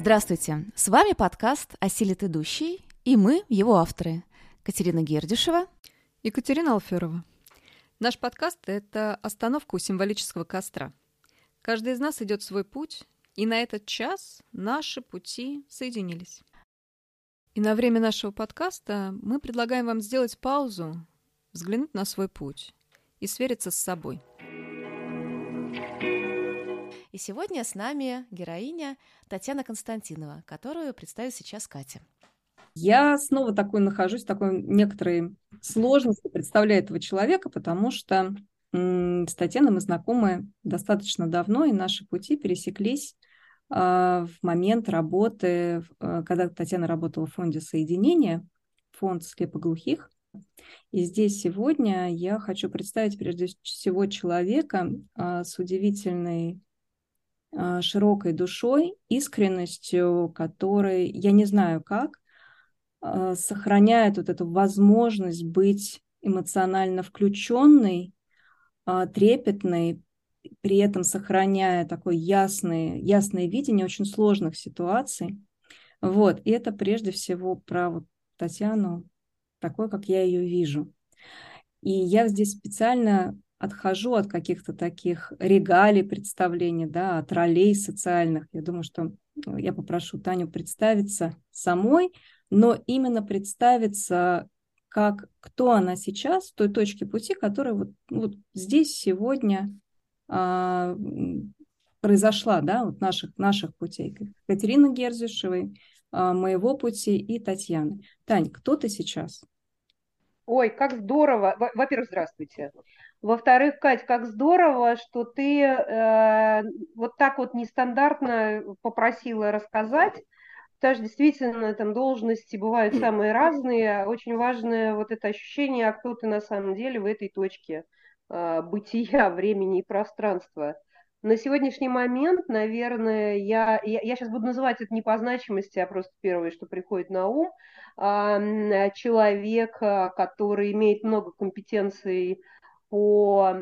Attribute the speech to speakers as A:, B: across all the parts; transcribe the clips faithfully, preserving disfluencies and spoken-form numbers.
A: Здравствуйте! С вами подкаст «Осилит идущий» и мы, его авторы, Катерина Гердишева
B: и Екатерина Алферова. Наш подкаст — это остановка у символического костра. Каждый из нас идет свой путь, и на этот час наши пути соединились. И на время нашего подкаста мы предлагаем вам сделать паузу, взглянуть на свой путь и свериться с собой.
A: И сегодня с нами героиня Татьяна Константинова, которую представит сейчас Катя.
C: Я снова такой нахожусь в такой некоторой сложности, представляя этого человека, потому что м- с Татьяной мы знакомы достаточно давно, и наши пути пересеклись э, в момент работы, э, когда Татьяна работала в фонде соединения, фонд слепоглухих. И здесь сегодня я хочу представить прежде всего человека э, с удивительной широкой душой, искренностью, которой, я не знаю как, сохраняет вот эту возможность быть эмоционально включенной, трепетной, при этом сохраняя такое ясное, ясное видение очень сложных ситуаций. Вот. И это прежде всего про вот Татьяну, такой, как я ее вижу. И я здесь специально отхожу от каких-то таких регалий представлений, да, от ролей социальных. Я думаю, что я попрошу Таню представиться самой, но именно представиться как кто она сейчас, в той точке пути, которая вот, вот здесь сегодня а, произошла, да, вот наших, наших путей. Катерины Гердишевой, а, моего пути и Татьяны. Тань, кто ты сейчас?
D: Ой, как здорово. Во-первых, здравствуйте. Во-вторых, Кать, как здорово, что ты э, вот так вот нестандартно попросила рассказать, потому что действительно там должности бывают самые разные. Очень важное вот это ощущение, а кто ты на самом деле в этой точке э, бытия, времени и пространства. На сегодняшний момент, наверное, я, я, я сейчас буду называть это не по значимости, а просто первое, что приходит на ум, человек, который имеет много компетенций по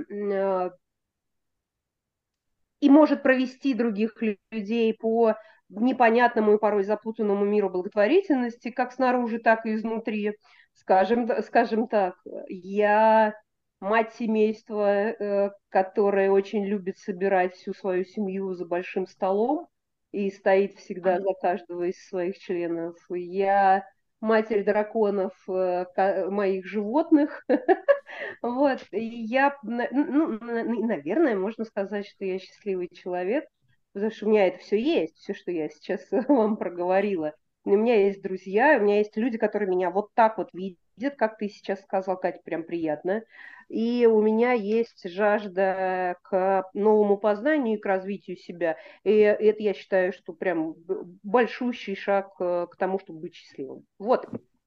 D: и может провести других людей по непонятному и порой запутанному миру благотворительности, как снаружи, так и изнутри. Скажем, скажем так, я мать семейства, которая очень любит собирать всю свою семью за большим столом и стоит всегда за каждого из своих членов. Я матерь драконов моих животных. Вот, и я, ну, наверное, можно сказать, что я счастливый человек, потому что у меня это все есть, все, что я сейчас вам проговорила. У меня есть друзья, у меня есть люди, которые меня вот так вот видят, как ты сейчас сказал, Катя, прям приятно. И у меня есть жажда к новому познанию и к развитию себя. И это я считаю, что прям большущий шаг к тому, чтобы быть счастливым. Вот.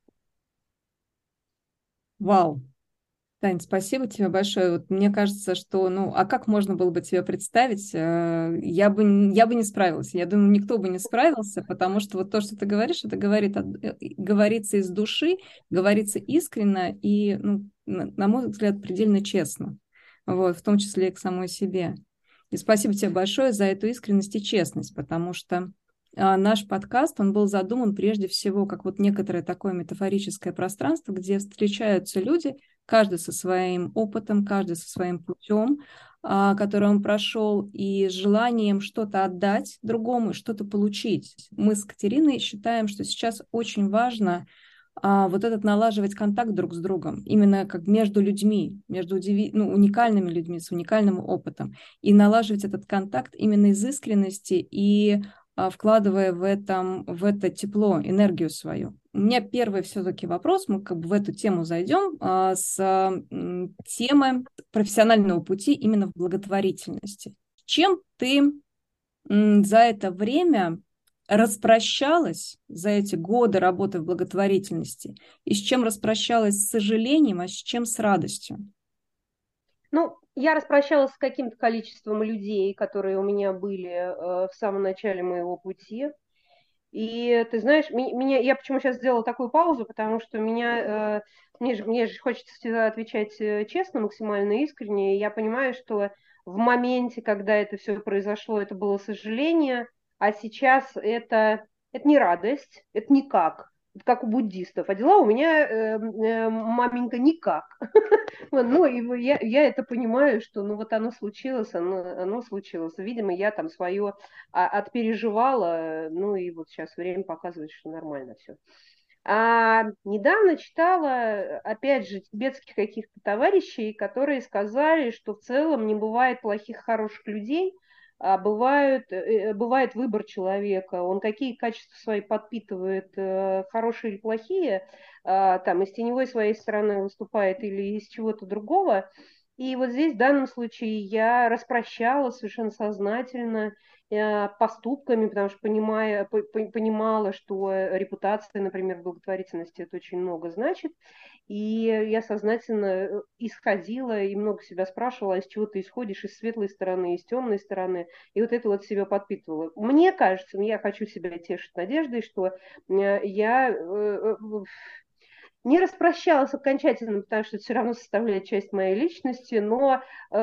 C: Вау. Тань, спасибо тебе большое. Вот мне кажется, что, ну, а как можно было бы тебя представить? Я бы, я бы не справилась. Я думаю, никто бы не справился, потому что вот то, что ты говоришь, это говорит, говорится из души, говорится искренне и, ну, на мой взгляд, предельно честно. Вот, в том числе и к самой себе. И спасибо тебе большое за эту искренность и честность, потому что наш подкаст, он был задуман прежде всего как вот некоторое такое метафорическое пространство, где встречаются люди, каждый со своим опытом, каждый со своим путем, который он прошел, и с желанием что-то отдать другому, что-то получить. Мы с Катериной считаем, что сейчас очень важно вот этот налаживать контакт друг с другом, именно как между людьми, между удиви... ну, уникальными людьми с уникальным опытом, и налаживать этот контакт именно из искренности и вкладывая в, этом, в это тепло, энергию свою. У меня первый все-таки вопрос, мы как бы в эту тему зайдем, а, с а, темы профессионального пути именно в благотворительности. Чем ты м, за это время распрощалась, за эти годы работы в благотворительности, и с чем распрощалась с сожалением, а с чем с радостью?
D: Ну, я распрощалась с каким-то количеством людей, которые у меня были э, в самом начале моего пути. И ты знаешь, меня, я почему сейчас сделала такую паузу, потому что меня, э, мне, же, мне же хочется всегда отвечать честно, максимально искренне. И я понимаю, что в моменте, когда это все произошло, это было сожаление, а сейчас это, это не радость, это никак. Это как у буддистов. А дела у меня, э, э, маменька, никак. Ну, и я, я это понимаю, что ну вот оно случилось, оно, оно случилось. Видимо, я там свое отпереживала, ну и вот сейчас время показывает, что нормально все. А недавно читала, опять же, тибетских каких-то товарищей, которые сказали, что в целом не бывает плохих, хороших людей, а бывают, э, бывает выбор человека. Он какие качества свои подпитывает, э, хорошие или плохие, а, там из теневой своей стороны выступает или из чего-то другого. И вот здесь в данном случае я распрощала совершенно сознательно э, поступками, потому что понимая, по- по- понимала, что репутация, например, в благотворительности это очень много значит. И я сознательно э, исходила и много себя спрашивала, а из чего ты исходишь, из светлой стороны, из темной стороны. И вот это вот себя подпитывала. Мне кажется, я хочу себя тешить надеждой, что э, я э, э, не распрощалась окончательно, потому что это все равно составляет часть моей личности, но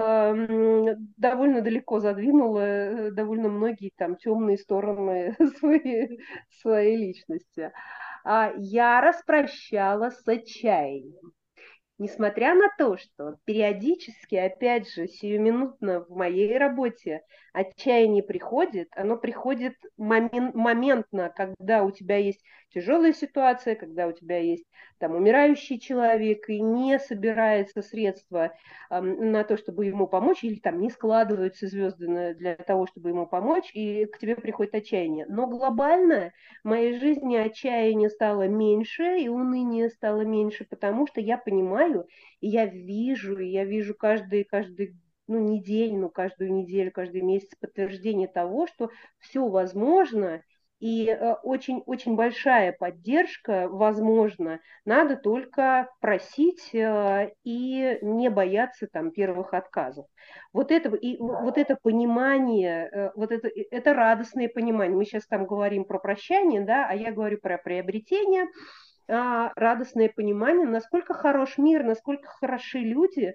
D: э, довольно далеко задвинула э, довольно многие там темные стороны своей, своей личности. А я распрощалась с отчаянием. Несмотря на то, что периодически, опять же, сиюминутно в моей работе отчаяние приходит, оно приходит момен- моментно, когда у тебя есть тяжелая ситуация, когда у тебя есть там умирающий человек, и не собирается средства эм, на то, чтобы ему помочь, или там не складываются звезды на- для того, чтобы ему помочь, и к тебе приходит отчаяние. Но глобально в моей жизни отчаяние стало меньше, и уныние стало меньше, потому что я понимаю, и я вижу, и я вижу каждый, каждый ну, неделю, ну, каждую неделю, каждый месяц подтверждение того, что все возможно, и э, очень-очень большая поддержка возможна. Надо только просить э, и не бояться там первых отказов. Вот это, и вот это понимание, э, вот это, это радостное понимание. Мы сейчас там говорим про прощание, да, а я говорю про приобретение, а, радостное понимание, насколько хорош мир, насколько хороши люди.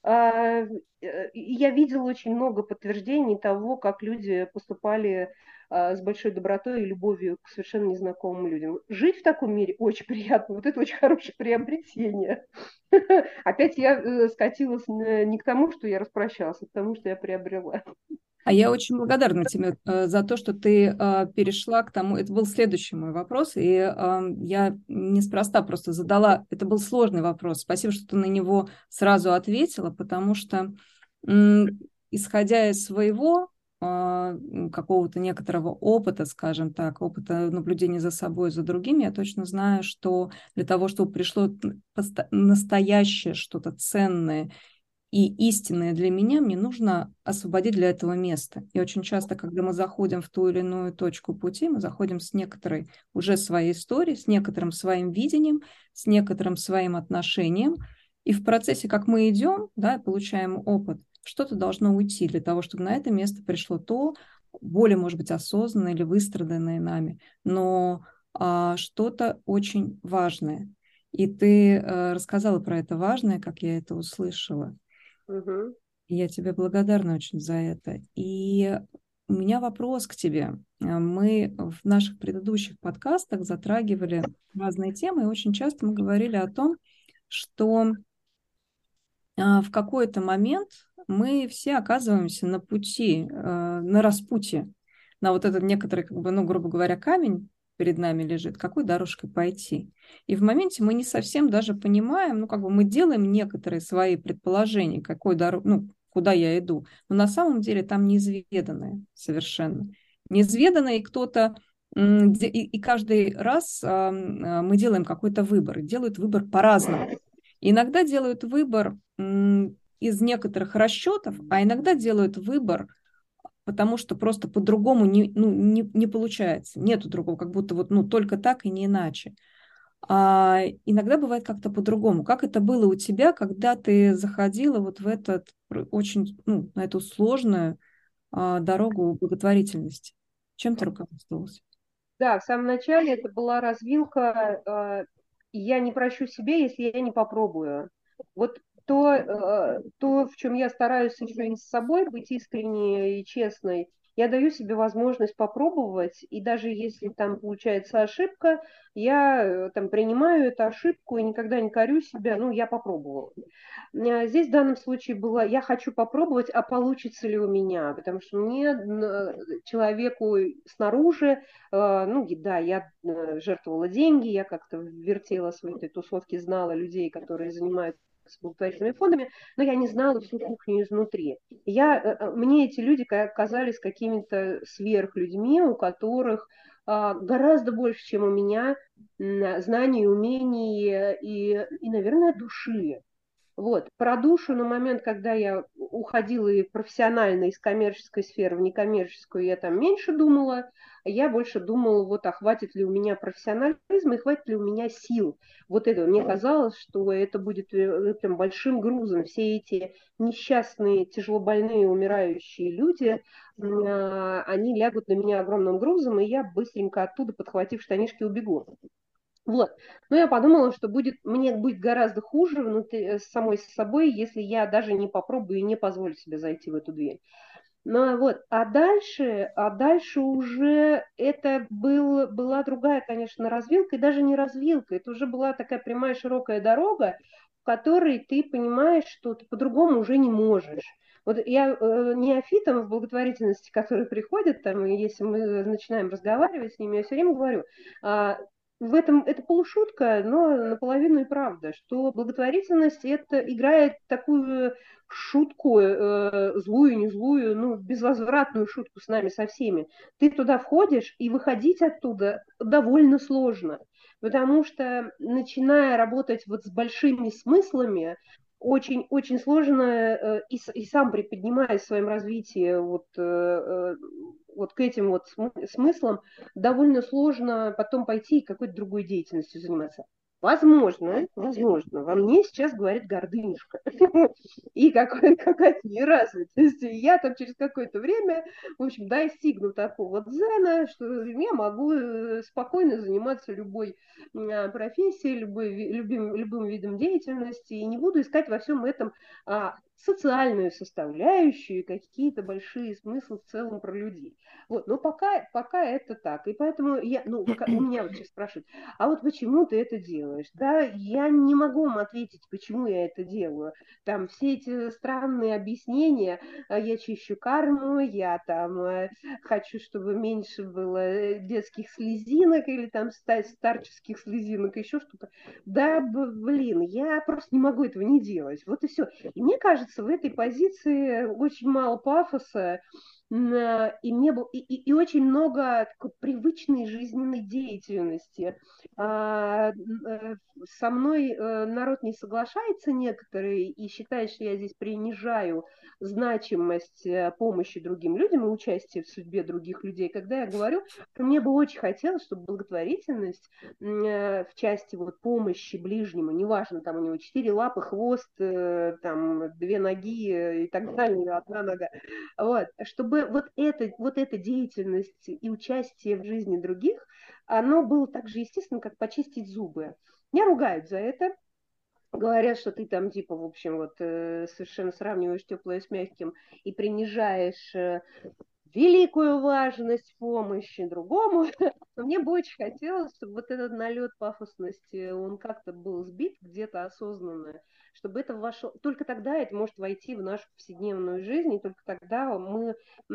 D: А, э, Я видела очень много подтверждений того, как люди поступали а, с большой добротой и любовью к совершенно незнакомым людям. Жить в таком мире очень приятно, вот это очень хорошее приобретение. Опять я э, скатилась э, не к тому, что я распрощалась, а к тому, что я приобрела.
C: А я очень благодарна тебе э, за то, что ты э, перешла к тому. Это был следующий мой вопрос, и э, я неспроста просто задала. Это был сложный вопрос. Спасибо, что ты на него сразу ответила, потому что, м, исходя из своего э, какого-то некоторого опыта, скажем так, опыта наблюдения за собой и за другими, я точно знаю, что для того, чтобы пришло поста- настоящее что-то ценное и истинное для меня, мне нужно освободить для этого место. И очень часто, когда мы заходим в ту или иную точку пути, мы заходим с некоторой уже своей историей, с некоторым своим видением, с некоторым своим отношением. И в процессе, как мы идем, да, получаем опыт, что-то должно уйти для того, чтобы на это место пришло то, более, может быть, осознанное или выстраданное нами, но а, что-то очень важное. И ты э, рассказала про это важное, как я это услышала.
D: Мгм.
C: И я тебе благодарна очень за это. И у меня вопрос к тебе. А, Мы в наших предыдущих подкастах затрагивали разные темы, и очень часто мы говорили о том, что а, в какой-то момент мы все оказываемся на пути, а, на распутье, на вот этот некоторый, как бы, ну, грубо говоря, камень перед нами лежит, какой дорожкой пойти. И в моменте мы не совсем даже понимаем, ну, как бы мы делаем некоторые свои предположения, какой дорог, ну, куда я иду, но на самом деле там неизведанное совершенно. Неизведанное, и кто-то, м, де- и, и каждый раз а, м, а, мы делаем какой-то выбор, и делают выбор по-разному. Иногда делают выбор м, из некоторых расчетов, а иногда делают выбор, потому что просто по-другому не, ну, не, не получается. Нету другого, как будто вот ну, только так и не иначе. А иногда бывает как-то по-другому. Как это было у тебя, когда ты заходила вот в этот очень, ну, на эту сложную а, дорогу благотворительности? Чем ты руководствовалась?
D: Да, в самом начале это была развилка, э, я не прощу себе, если я не попробую. Вот то, э, то, в чем я стараюсь еще и с собой быть искренней и честной, я даю себе возможность попробовать, и даже если там получается ошибка, я э, там принимаю эту ошибку и никогда не корю себя, ну, я попробовала. Э, Здесь в данном случае было, я хочу попробовать, а получится ли у меня, потому что мне, н- человеку снаружи, э, ну, и да, я э, жертвовала деньги, я как-то вертела свои этой тусовки, знала людей, которые занимаются благотворительными фондами, но я не знала всю кухню изнутри. Я, э, э, мне эти люди ка- казались какими-то сверхлюдьми, у которых а, гораздо больше, чем у меня, м, знаний, умений э, и, и, наверное, души. Вот. Про душу на момент, когда я уходила и профессионально из коммерческой сферы в некоммерческую, я там меньше думала, а я больше думала, вот, а хватит ли у меня профессионализма и хватит ли у меня сил. Вот это. Мне казалось, что это будет э, этим большим грузом. Все эти несчастные, тяжелобольные, умирающие люди, а, они лягут на меня огромным грузом, и я быстренько оттуда, подхватив штанишки, убегу. Вот. Но я подумала, что будет, мне будет гораздо хуже внутри, э, с самой собой, если я даже не попробую и не позволю себе зайти в эту дверь. Ну, вот. А дальше, а дальше уже это был, была другая, конечно, развилка, и даже не развилка, это уже была такая прямая широкая дорога, в которой ты понимаешь, что ты по-другому уже не можешь. Вот я э, неофитам в благотворительности, которые приходят, там, и если мы начинаем разговаривать с ними, я все время говорю, а, в этом это полушутка, но наполовину и правда, что благотворительность это играет такую шутку, э, злую, не злую, ну, безвозвратную шутку с нами, со всеми. Ты туда входишь, и выходить оттуда довольно сложно, потому что, начиная работать вот с большими смыслами, очень-очень сложно, э, и, и сам приподнимаясь в своем развитии вот, э, э, вот к этим вот смыслам, довольно сложно потом пойти и какой-то другой деятельностью заниматься. Возможно, возможно, во мне сейчас говорит гордынюшка и какая-то неразвитость. И я там через какое-то время, в общем, достигну такого дзена, что я могу э, спокойно заниматься любой а, профессией, любой, любым, любым видом деятельности, и не буду искать во всем этом а, социальную составляющую, какие-то большие смыслы в целом про людей. Вот, но пока, пока это так. И поэтому я, ну, у меня вот сейчас спрашивают, а вот почему ты это делаешь? Да, я не могу вам ответить, почему я это делаю. Там все эти странные объяснения, а, я чищу карму, я там э, хочу, чтобы меньше было э, детских слезинок или там ста- старческих слезинок, еще что-то. Да, б- блин, я просто не могу этого не делать. Вот и все. И мне кажется, в этой позиции очень мало пафоса, м, э, и, мне был, и, и, и очень много такой привычной жизненной деятельности. А, э, со мной э, народ не соглашается некоторые и считает, что я здесь принижаю значимость э, помощи другим людям и участия в судьбе других людей, когда я говорю, что мне бы очень хотелось, чтобы благотворительность э, в части вот помощи ближнему, неважно, там у него четыре лапы, хвост, э, там две ноги э, и так далее, одна нога, вот, чтобы вот эта, вот эта деятельность и участие в жизни других, оно было так же естественно, как почистить зубы. Меня ругают за это, говорят, что ты там типа, в общем, вот э, совершенно сравниваешь теплое с мягким и принижаешь э, великую важность помощи другому. Но мне бы очень хотелось, чтобы вот этот налет пафосности, он как-то был сбит где-то осознанно, чтобы это вошло. Только тогда это может войти в нашу повседневную жизнь, и только тогда мы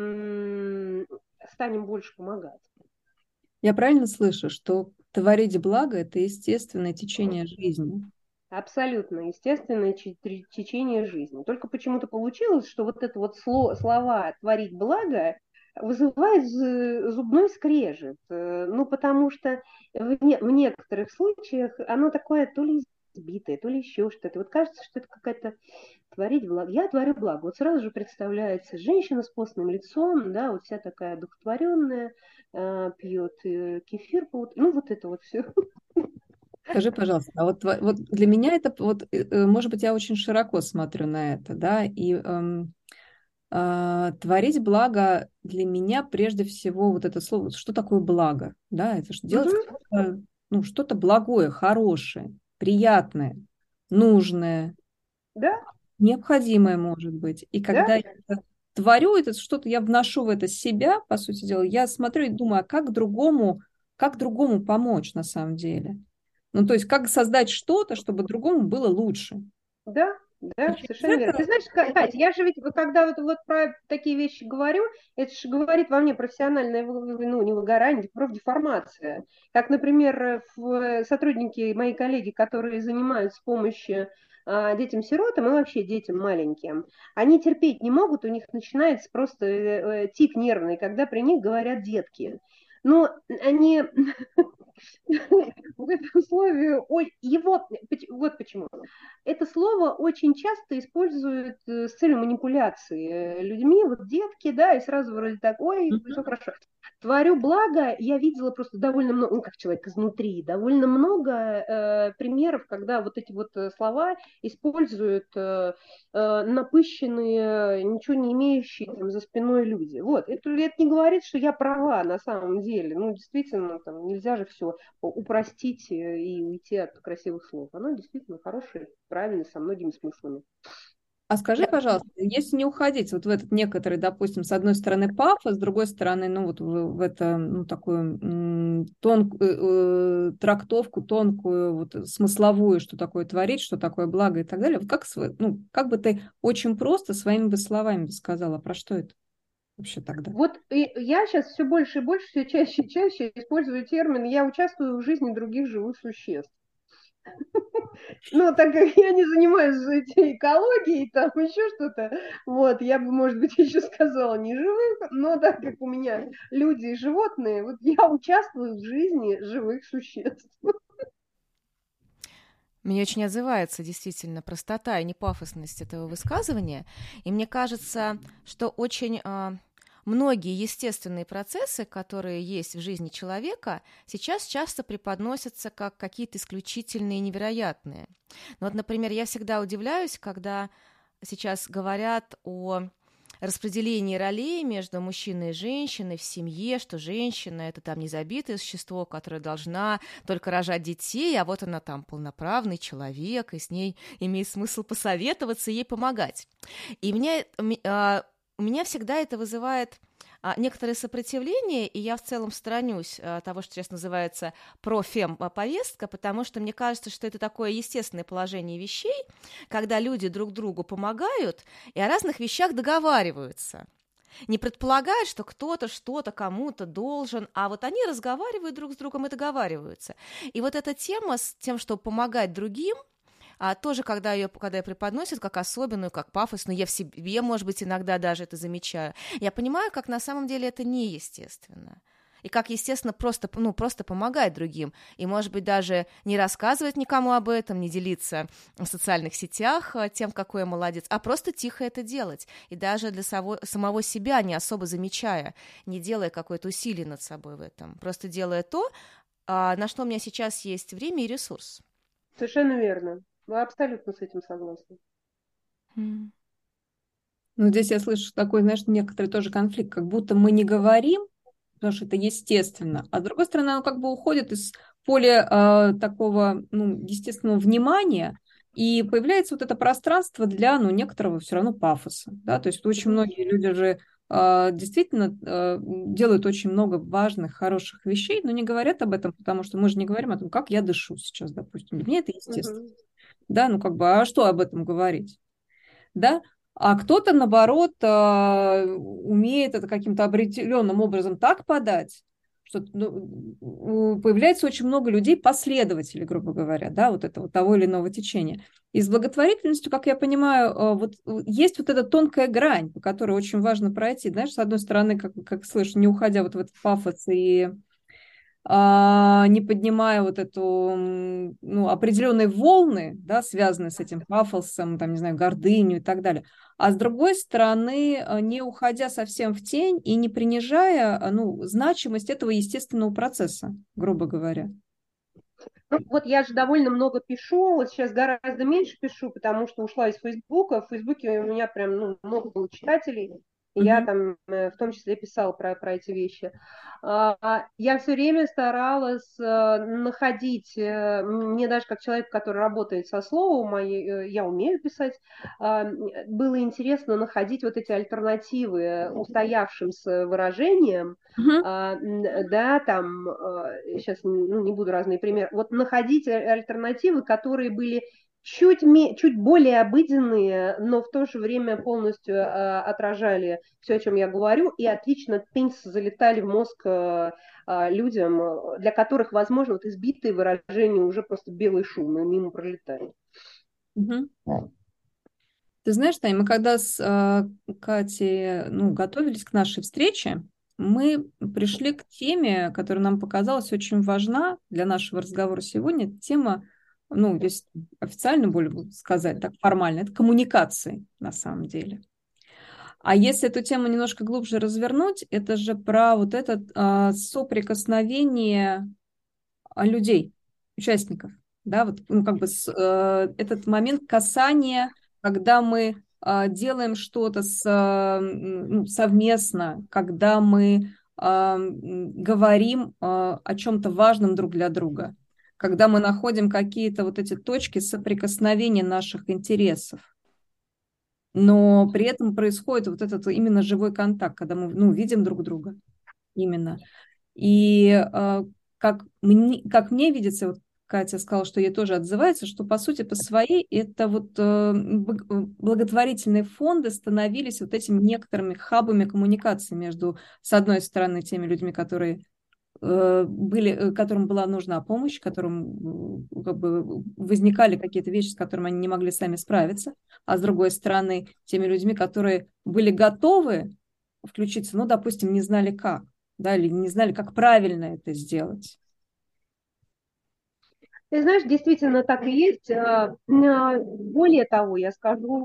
D: м- станем больше помогать.
C: Я правильно слышу, что творить благо – это естественное течение жизни?
D: Абсолютно естественное течение жизни. Только почему-то получилось, что вот это вот слово, слова «творить благо» вызывает зубной скрежет. Ну, потому что в, не, в некоторых случаях оно такое то ли избитое, то ли еще что-то. Вот кажется, что это какая-то творить благо. Я творю благо. Вот сразу же представляется женщина с постным лицом, да, вот вся такая духотворенная, пьет кефир, ну, вот это вот все.
C: Скажи, пожалуйста, а вот, вот для меня это, вот, может быть, я очень широко смотрю на это, да, и эм, э, творить благо для меня прежде всего вот это слово, что такое благо, да, это что делать
D: Угу.
C: что-то, ну, что-то благое, хорошее, приятное, нужное,
D: Да,
C: необходимое, может быть. И
D: да.
C: когда это творю это что-то, я вношу в это себя, по сути дела, я смотрю и думаю, а как другому, как другому помочь на самом деле? Ну, то есть, как создать что-то, чтобы другому было лучше.
D: Да,
C: И
D: да,
C: через
D: совершенно верно. Ты
C: это,
D: знаешь, Ка- Катя, я же ведь, вот когда вот, вот про такие вещи говорю, это же говорит во мне профессиональное, вы- вы- ну, не выгорание, профдеформация. Как, например, в, сотрудники, мои коллеги, которые занимаются помощью а, детям-сиротам и вообще детям маленьким, они терпеть не могут, у них начинается просто э, э, тик нервный, когда при них говорят детки. Но они в этом условии, ой, его, вот почему. Это слово очень часто используют э, с целью манипуляции э, людьми, вот детки, да, и сразу вроде так, ой, все
C: Мгм.
D: хорошо. Творю благо, я видела просто довольно много, ну, как человек изнутри, довольно много э, примеров, когда вот эти вот э, слова используют э, э, напыщенные, ничего не имеющие там, за спиной люди. Вот, это, это не говорит, что я права на самом деле. Ну, действительно, там нельзя же все упростить э, и уйти от красивых слов. Оно действительно хорошее, правильное, со многими смыслами.
C: А скажи, пожалуйста, если не уходить вот в этот некоторый, допустим, с одной стороны пафос, с другой стороны, ну вот в, в это, ну такую м, тонкую э, трактовку, тонкую, вот смысловую, что такое творить, что такое благо и так далее, вот как, сво- ну, как бы ты очень просто своими бы словами бы сказала, про что это вообще тогда?
D: Вот и я сейчас все больше и больше, все чаще и чаще использую термин «я участвую в жизни других живых существ». Ну, так как я не занимаюсь этой экологией, там еще что-то, вот, я бы, может быть, еще сказала не живых, но так как у меня люди и животные, вот я участвую в жизни живых существ.
A: Мне очень отзывается действительно простота и непафосность этого высказывания. И мне кажется, что очень а, многие естественные процессы, которые есть в жизни человека, сейчас часто преподносятся как какие-то исключительные и невероятные. Ну вот, например, я всегда удивляюсь, когда сейчас говорят о распределении ролей между мужчиной и женщиной в семье, что женщина – это там незабитое существо, которое должна только рожать детей, а вот она там полноправный человек, и с ней имеет смысл посоветоваться и ей помогать. И мне, а, у меня всегда это вызывает а, некоторое сопротивление, и я в целом сторонюсь а, того, что сейчас называется профем-повестка, потому что мне кажется, что это такое естественное положение вещей, когда люди друг другу помогают и о разных вещах договариваются. Не предполагают, что кто-то что-то кому-то должен, а вот они разговаривают друг с другом и договариваются. И вот эта тема с тем, что помогать другим, а тоже, когда ее, когда ее преподносят как особенную, как пафосную, я в себе, может быть, иногда даже это замечаю, я понимаю, как на самом деле это неестественно. И как, естественно, просто, ну, просто помогать другим. И, может быть, даже не рассказывать никому об этом, не делиться в социальных сетях тем, какой я молодец, а просто тихо это делать. И даже для само, самого себя, не особо замечая, не делая какое-то усилие над собой в этом. Просто делая то, на что у меня сейчас есть время и ресурс.
D: Совершенно верно. Вы абсолютно с этим согласны.
A: Mm.
C: Ну, здесь я слышу такой, знаешь, некоторый тоже конфликт, как будто мы не говорим, потому что это естественно, а с другой стороны, оно как бы уходит из поля э, такого, ну, естественного внимания, и появляется вот это пространство для, ну, некоторого все равно пафоса, да, то есть очень
D: Мгм.
C: многие люди же э, действительно э, делают очень много важных, хороших вещей, но не говорят об этом, потому что мы же не говорим о том, как я дышу сейчас, допустим, для меня это естественно,
D: Мгм.
C: да, ну, как бы, а что об этом говорить? Да, а кто-то, наоборот, а, умеет это каким-то определенным образом так подать, что ну, у- появляется очень много людей, последователей, грубо говоря, да, вот этого того или иного течения. И с благотворительностью, как я понимаю, а, вот э, есть вот эта тонкая грань, по которой очень важно пройти. Знаешь, с одной стороны, как, как слышу, не уходя вот в этот пафос и а, не поднимая вот эту, м, ну, определенные волны, да, связанные с этим пафосом, там, не знаю, гордыню и так далее. А с другой стороны, а, не уходя совсем в тень и не принижая, а, ну, значимость этого естественного процесса, грубо говоря.
D: Ну, вот я же довольно много пишу, вот сейчас гораздо меньше пишу, потому что ушла из Фейсбука. В Фейсбуке у меня прям ну, много было читателей. Я там э, в том числе писала про, про эти вещи. А, Я все время старалась э, находить, э, мне даже как человек, который работает со словом, мои- э, я умею писать, а, м, было интересно находить вот эти альтернативы устоявшимся выражениям,
C: Мгм.
D: а, м, да, там, сейчас ну, не буду разные примеры, вот находить а- альтернативы, которые были чуть, ме- чуть более обыденные, но в то же время полностью э, отражали все, о чем я говорю, и отлично тынц залетали в мозг э, э, людям, э, для которых, возможно, вот избитые выражения уже просто белый шум, и мимо пролетают.
C: Мгм. Ты знаешь, Таня, мы когда с а, Катей, ну, готовились к нашей встрече, мы пришли к теме, которая нам показалась очень важна для нашего разговора сегодня. Тема, ну, если официально более сказать, так формально, это коммуникации на самом деле. А если эту тему немножко глубже развернуть, это же про вот это а, соприкосновение а, людей, участников, да, вот, ну, как бы с, э, этот момент касания, когда мы э, делаем что-то с, э, м, ну, совместно, когда мы э, м, говорим э, о чем-то важном друг для друга, когда мы находим какие-то вот эти точки соприкосновения наших интересов, но при этом происходит вот этот именно живой контакт, когда мы, ну, видим друг друга именно. И э, как, мне, как мне видится, вот Катя сказала, что ей тоже отзывается, что по сути по своей это вот э, благотворительные фонды становились вот этими некоторыми хабами коммуникации между, с одной стороны, теми людьми, которые э, были, которым была нужна помощь, которым э, как бы возникали какие-то вещи, с которыми они не могли сами справиться, а с другой стороны, теми людьми, которые были готовы включиться, но, допустим, не знали как, да, или не знали, как правильно это сделать.
D: Ты знаешь, действительно так и есть. А, а, Более того, я скажу,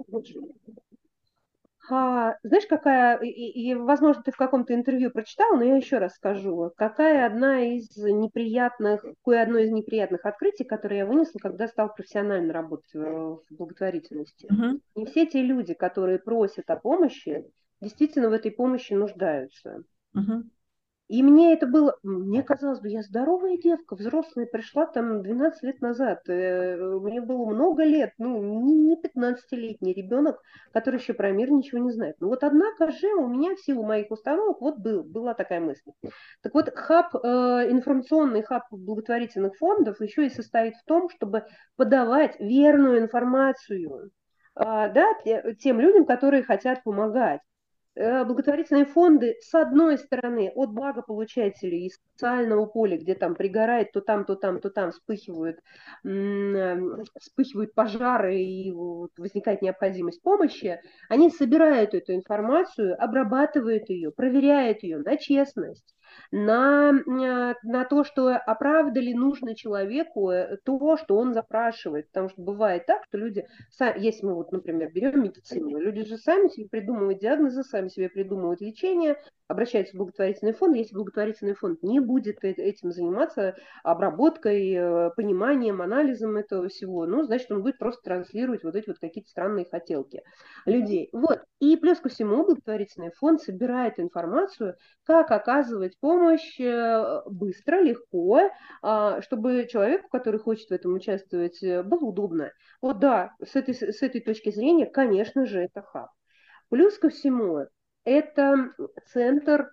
D: а, знаешь, какая, и, и, возможно, ты в каком-то интервью прочитала, но я еще раз скажу, какая одна из неприятных, кое одно из неприятных открытий, которое я вынесла, когда стала профессионально работать в, в благотворительности.
C: Мгм.
D: Не все те люди, которые просят о помощи, действительно в этой помощи нуждаются.
C: Мгм.
D: И мне это было, мне казалось бы, я здоровая девка, взрослая, пришла там двенадцать лет назад. э, Мне было много лет, ну, не не пятнадцатилетний ребенок, который еще про мир ничего не знает. Но вот однако же у меня в силу моих установок вот был, была такая мысль. Так вот, хаб, э, информационный хаб благотворительных фондов еще и состоит в том, чтобы подавать верную информацию, а, да, те- тем людям, которые хотят помогать. Э, Благотворительные фонды, с одной стороны, от благополучателей из социального поля, где там пригорает то там, то там, то там вспыхивают, м, э, вспыхивают пожары и вот возникает необходимость помощи, они собирают эту информацию, обрабатывают ее, проверяют ее на честность, на, э, на то, что оправда ли нужно человеку э, то, что он запрашивает. Потому что бывает так, что люди, са- если мы вот, например, берем медицину, люди же сами себе придумывают диагнозы, сами себе придумывают лечение, обращаются в благотворительный фонд. Если благотворительный фонд не будет э- этим заниматься, обработкой, э, пониманием, анализом этого всего, ну, значит, он будет просто транслировать вот эти вот какие-то странные хотелки людей. Вот. И плюс ко всему благотворительный фонд собирает информацию, как оказывать помощь э, быстро, легко, а, чтобы человеку, который хочет в этом участвовать, э, было удобно. Вот да, с этой, с этой точки зрения, конечно же, это хаб. Плюс ко всему, это центр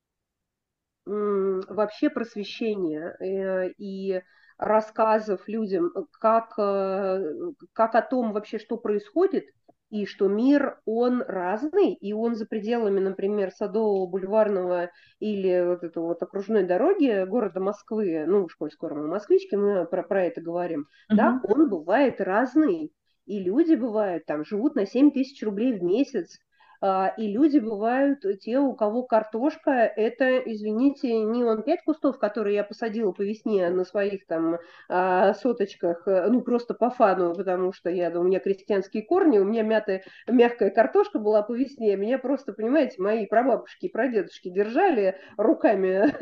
D: м, вообще просвещения э, и рассказов людям, как, э, как о том вообще, что происходит, и что мир, он разный, и он за пределами, например, Садового, Бульварного или вот этой вот окружной дороги города Москвы, ну, уж коль скоро мы москвички, мы про, про это говорим, да,
C: Мгм.
D: он бывает разный, и люди бывают там, живут на семь тысяч рублей в месяц, а, и люди бывают те, у кого картошка, это, извините, не он пять кустов, которые я посадила по весне на своих там а, соточках, э, ну просто по фану, потому что я, да, у меня крестьянские корни, у меня мятая, мягкая картошка была по весне, меня просто, понимаете, мои прабабушки и прадедушки держали руками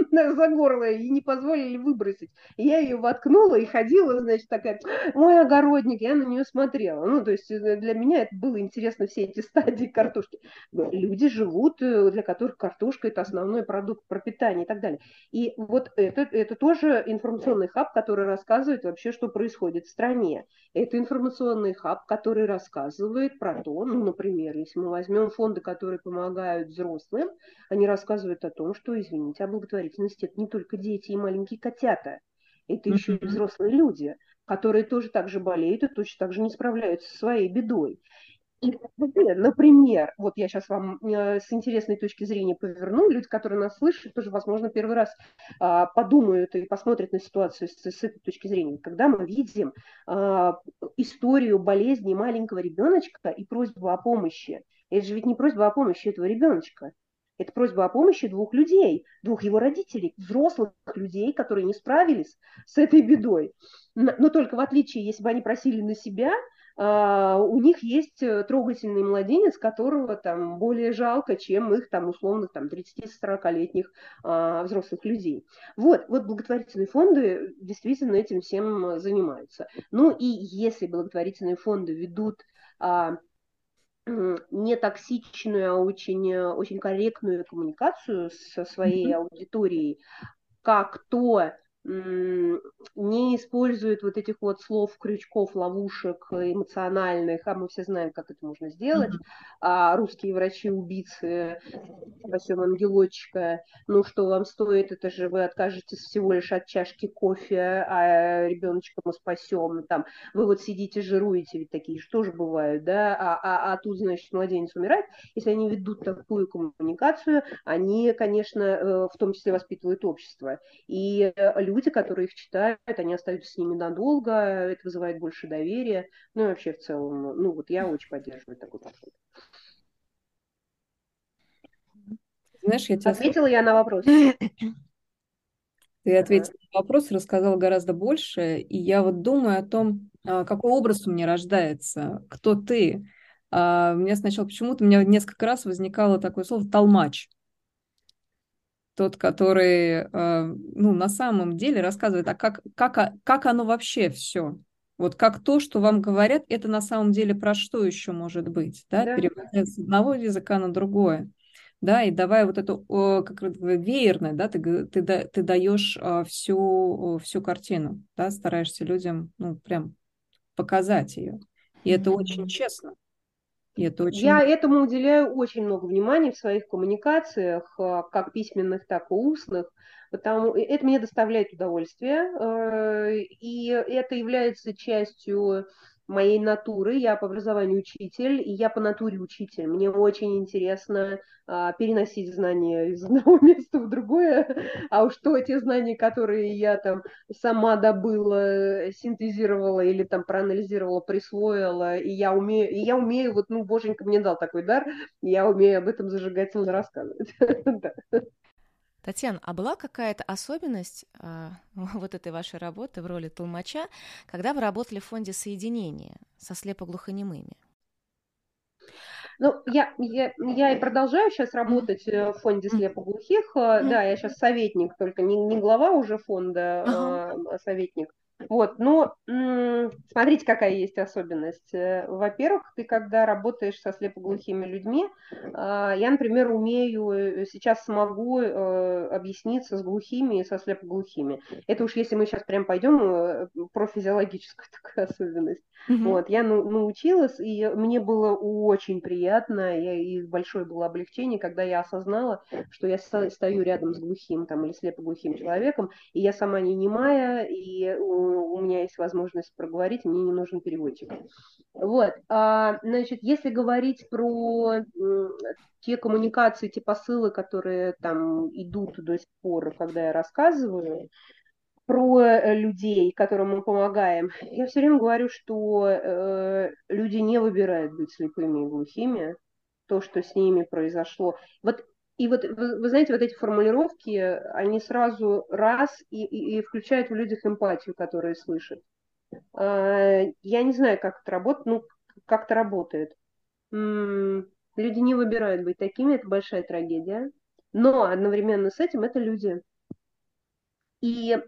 D: за горло и не позволили выбросить. И я ее воткнула и ходила, значит, такая, мой огородник, я на нее смотрела. Ну, то есть для меня это было интересно, все эти стадии картошки. Люди живут, для которых картошка – это основной продукт пропитания и так далее. И вот это, это тоже информационный хаб, который рассказывает вообще, что происходит в стране. Это информационный хаб, который рассказывает про то, ну, например, если мы возьмем фонды, которые помогают взрослым, они рассказывают о том, что, извините, а благотворительность – это не только дети и маленькие котята, это еще и взрослые люди, которые тоже так же болеют и точно так же не справляются со своей бедой. И, например, вот я сейчас вам э, с интересной точки зрения поверну, люди, которые нас слышат, тоже, возможно, первый раз э, подумают и посмотрят на ситуацию с, с этой точки зрения. Когда мы видим э, историю болезни маленького ребеночка и просьбу о помощи, это же ведь не просьба о помощи этого ребеночка, это просьба о помощи двух людей, двух его родителей, взрослых людей, которые не справились с этой бедой. Но только в отличие, если бы они просили на себя, Uh, у них есть трогательный младенец, которого там более жалко, чем их там условных там тридцати-сорокалетних uh, взрослых людей. Вот, вот благотворительные фонды действительно этим всем занимаются. Ну и если благотворительные фонды ведут uh, не токсичную, а очень, очень корректную коммуникацию со своей аудиторией, как то не использует вот этих вот слов, крючков, ловушек эмоциональных, а мы все знаем, как это можно сделать, mm-hmm. а русские врачи-убийцы, спасем ангелочка, ну что вам стоит, это же вы откажетесь всего лишь от чашки кофе, а ребеночка мы спасем, там, вы вот сидите, жируете, ведь такие же тоже бывают, да, а, а, а тут, значит, младенец умирает, если они ведут такую коммуникацию, они, конечно, в том числе воспитывают общество, и люди, которые их читают, они остаются с ними надолго, это вызывает больше доверия. Ну и вообще в целом, ну вот я очень поддерживаю такой подход.
C: Знаешь, я тебя
D: Ответила я на вопрос?
C: Ты ответила на вопрос, рассказала гораздо больше, и я вот думаю о том, какой образ у меня рождается, кто ты. У меня сначала почему-то, у меня несколько раз возникало такое слово «толмач». Тот, который, ну, на самом деле рассказывает, а как, как, как оно вообще все? Вот как то, что вам говорят, это на самом деле про что еще может быть, да? Да. Переводя с одного языка на другое, да, и давая вот эту, как веерное, да, ты, ты, ты даешь всю, всю картину, да, стараешься людям, ну, прям показать ее. И это очень честно. И это очень...
D: Я этому уделяю очень много внимания в своих коммуникациях, как письменных, так и устных, потому это мне доставляет удовольствие, и это является частью моей натуры. Я по образованию учитель, и я по натуре учитель. Мне очень интересно а, переносить знания из одного места в другое, а уж то те знания, которые я там сама добыла, синтезировала или там проанализировала, присвоила, и я умею, и я умею, вот, ну, боженька мне дал такой дар, я умею об этом зажигательно рассказывать.
A: Татьяна, а была какая-то особенность э, вот этой вашей работы в роли толмача, когда вы работали в фонде соединения со слепоглухонемыми?
D: Ну, я, я, я и продолжаю сейчас работать в фонде слепоглухих. Да, я сейчас советник, только не, не глава уже фонда, uh-huh. а советник. Вот, но м- смотрите, какая есть особенность. Во-первых, ты когда работаешь со слепоглухими людьми, а, я, например, умею, сейчас смогу а, объясниться с глухими и со слепоглухими. Это уж если мы сейчас прям пойдем про физиологическую такую особенность. Uh-huh. Вот, я ну, научилась, и мне было очень приятно, я, и большое было облегчение, когда я осознала, что я стою рядом с глухим там, или слепоглухим человеком, и я сама не немая, и у, у меня есть возможность проговорить, мне не нужен переводчик. Вот, а, значит, если говорить про те коммуникации, те посылы, которые там идут до сих пор, когда я рассказываю, про людей, которым мы помогаем. Я все время говорю, что э, люди не выбирают быть слепыми и глухими. То, что с ними произошло. Вот, и вот, вы, вы знаете, вот эти формулировки, они сразу раз и, и, и включают в людях эмпатию, которые слышат. Э, я не знаю, как это работает, ну, как это работает. М-м, люди не выбирают быть такими, это большая трагедия. Но одновременно с этим это люди. И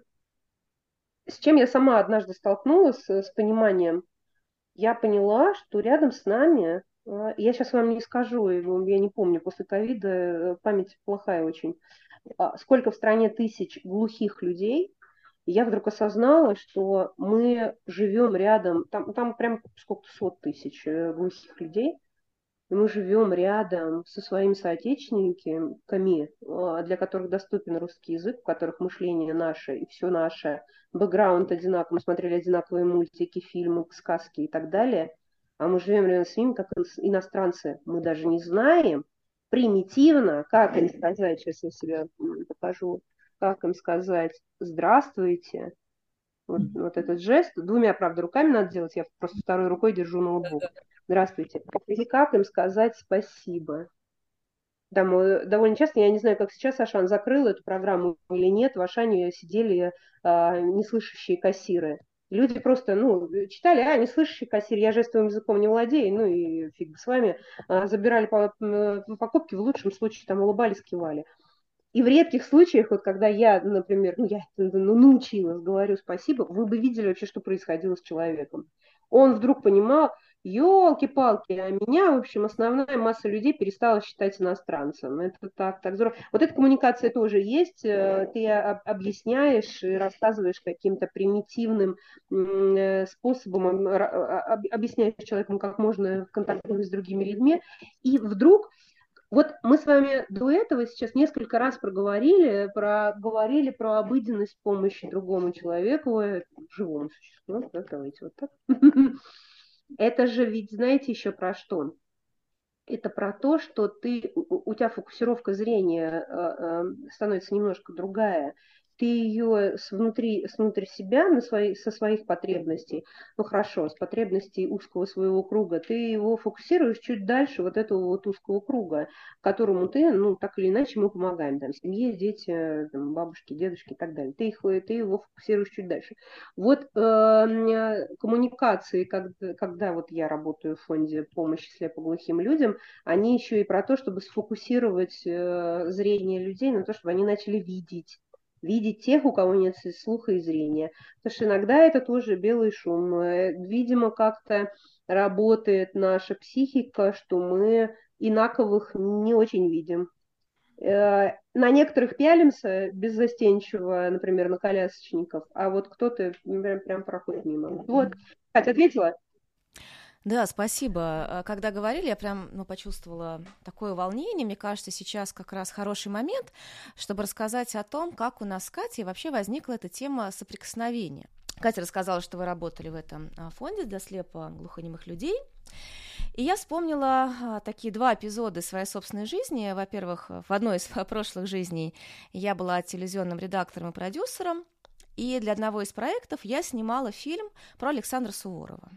D: с чем я сама однажды столкнулась, с пониманием, я поняла, что рядом с нами, я сейчас вам не скажу, я не помню, после ковида память плохая очень, сколько в стране тысяч глухих людей, и я вдруг осознала, что мы живем рядом, там, там прям сколько-то сот тысяч глухих людей, и мы живем рядом со своими соотечественниками, для которых доступен русский язык, у которых мышление наше и все наше, бэкграунд одинаковый, мы смотрели одинаковые мультики, фильмы, сказки и так далее, а мы живем рядом с ними, как иностранцы. Мы даже не знаем примитивно, как им сказать, сейчас я себе покажу, как им сказать «здравствуйте». Вот, вот этот жест, двумя, правда, руками надо делать, я просто второй рукой держу ноутбук. Здравствуйте. И как им сказать спасибо? Да, мы довольно часто, я не знаю, как сейчас Ашан закрыл эту программу или нет, в Ашане сидели а, неслышащие кассиры. Люди просто, ну, читали, а, неслышащий кассир, я жестовым языком не владею, ну и фиг с вами. А, забирали по, покупки, в лучшем случае там улыбались, кивали. И в редких случаях, вот когда я, например, ну, я ну, научилась, говорю спасибо, вы бы видели вообще, что происходило с человеком. Он вдруг понимал, елки-палки, а меня, в общем, основная масса людей перестала считать иностранцем. Это так, так здорово. Вот эта коммуникация тоже есть. Ты объясняешь и рассказываешь каким-то примитивным способом, объясняешь человеку, как можно контактировать с другими людьми. И вдруг вот мы с вами до этого сейчас несколько раз проговорили про, говорили про обыденность помощи другому человеку, живому существу, да, давайте вот так. Это же ведь, знаете, еще про что? Это про то, что ты, у тебя фокусировка зрения становится немножко другая. Ты ее внутри, внутрь себя, на свои, со своих потребностей, ну хорошо, с потребностей узкого своего круга, ты его фокусируешь чуть дальше вот этого вот узкого круга, которому ты, ну так или иначе мы помогаем, там, семье, дети, там, бабушки, дедушки и так далее. Ты, их, ты его фокусируешь чуть дальше. Вот э, коммуникации, когда, когда вот я работаю в фонде помощи слепоглухим людям, они еще и про то, чтобы сфокусировать э, зрение людей на то, чтобы они начали видеть. Видеть тех, у кого нет слуха и зрения. Потому что иногда это тоже белый шум. Видимо, как-то работает наша психика, что мы инаковых не очень видим. На некоторых пялимся беззастенчиво, например, на колясочников, а вот кто-то прям, прям проходит мимо. Вот. Катя, ответила?
A: Да, спасибо. Когда говорили, я прям ну, почувствовала такое волнение. Мне кажется, сейчас как раз хороший момент, чтобы рассказать о том, как у нас с Катей вообще возникла эта тема соприкосновения. Катя рассказала, что вы работали в этом фонде для слепо-глухонемых людей. И я вспомнила такие два эпизода своей собственной жизни. Во-первых, в одной из прошлых жизней я была телевизионным редактором и продюсером, и для одного из проектов я снимала фильм про Александра Суворова.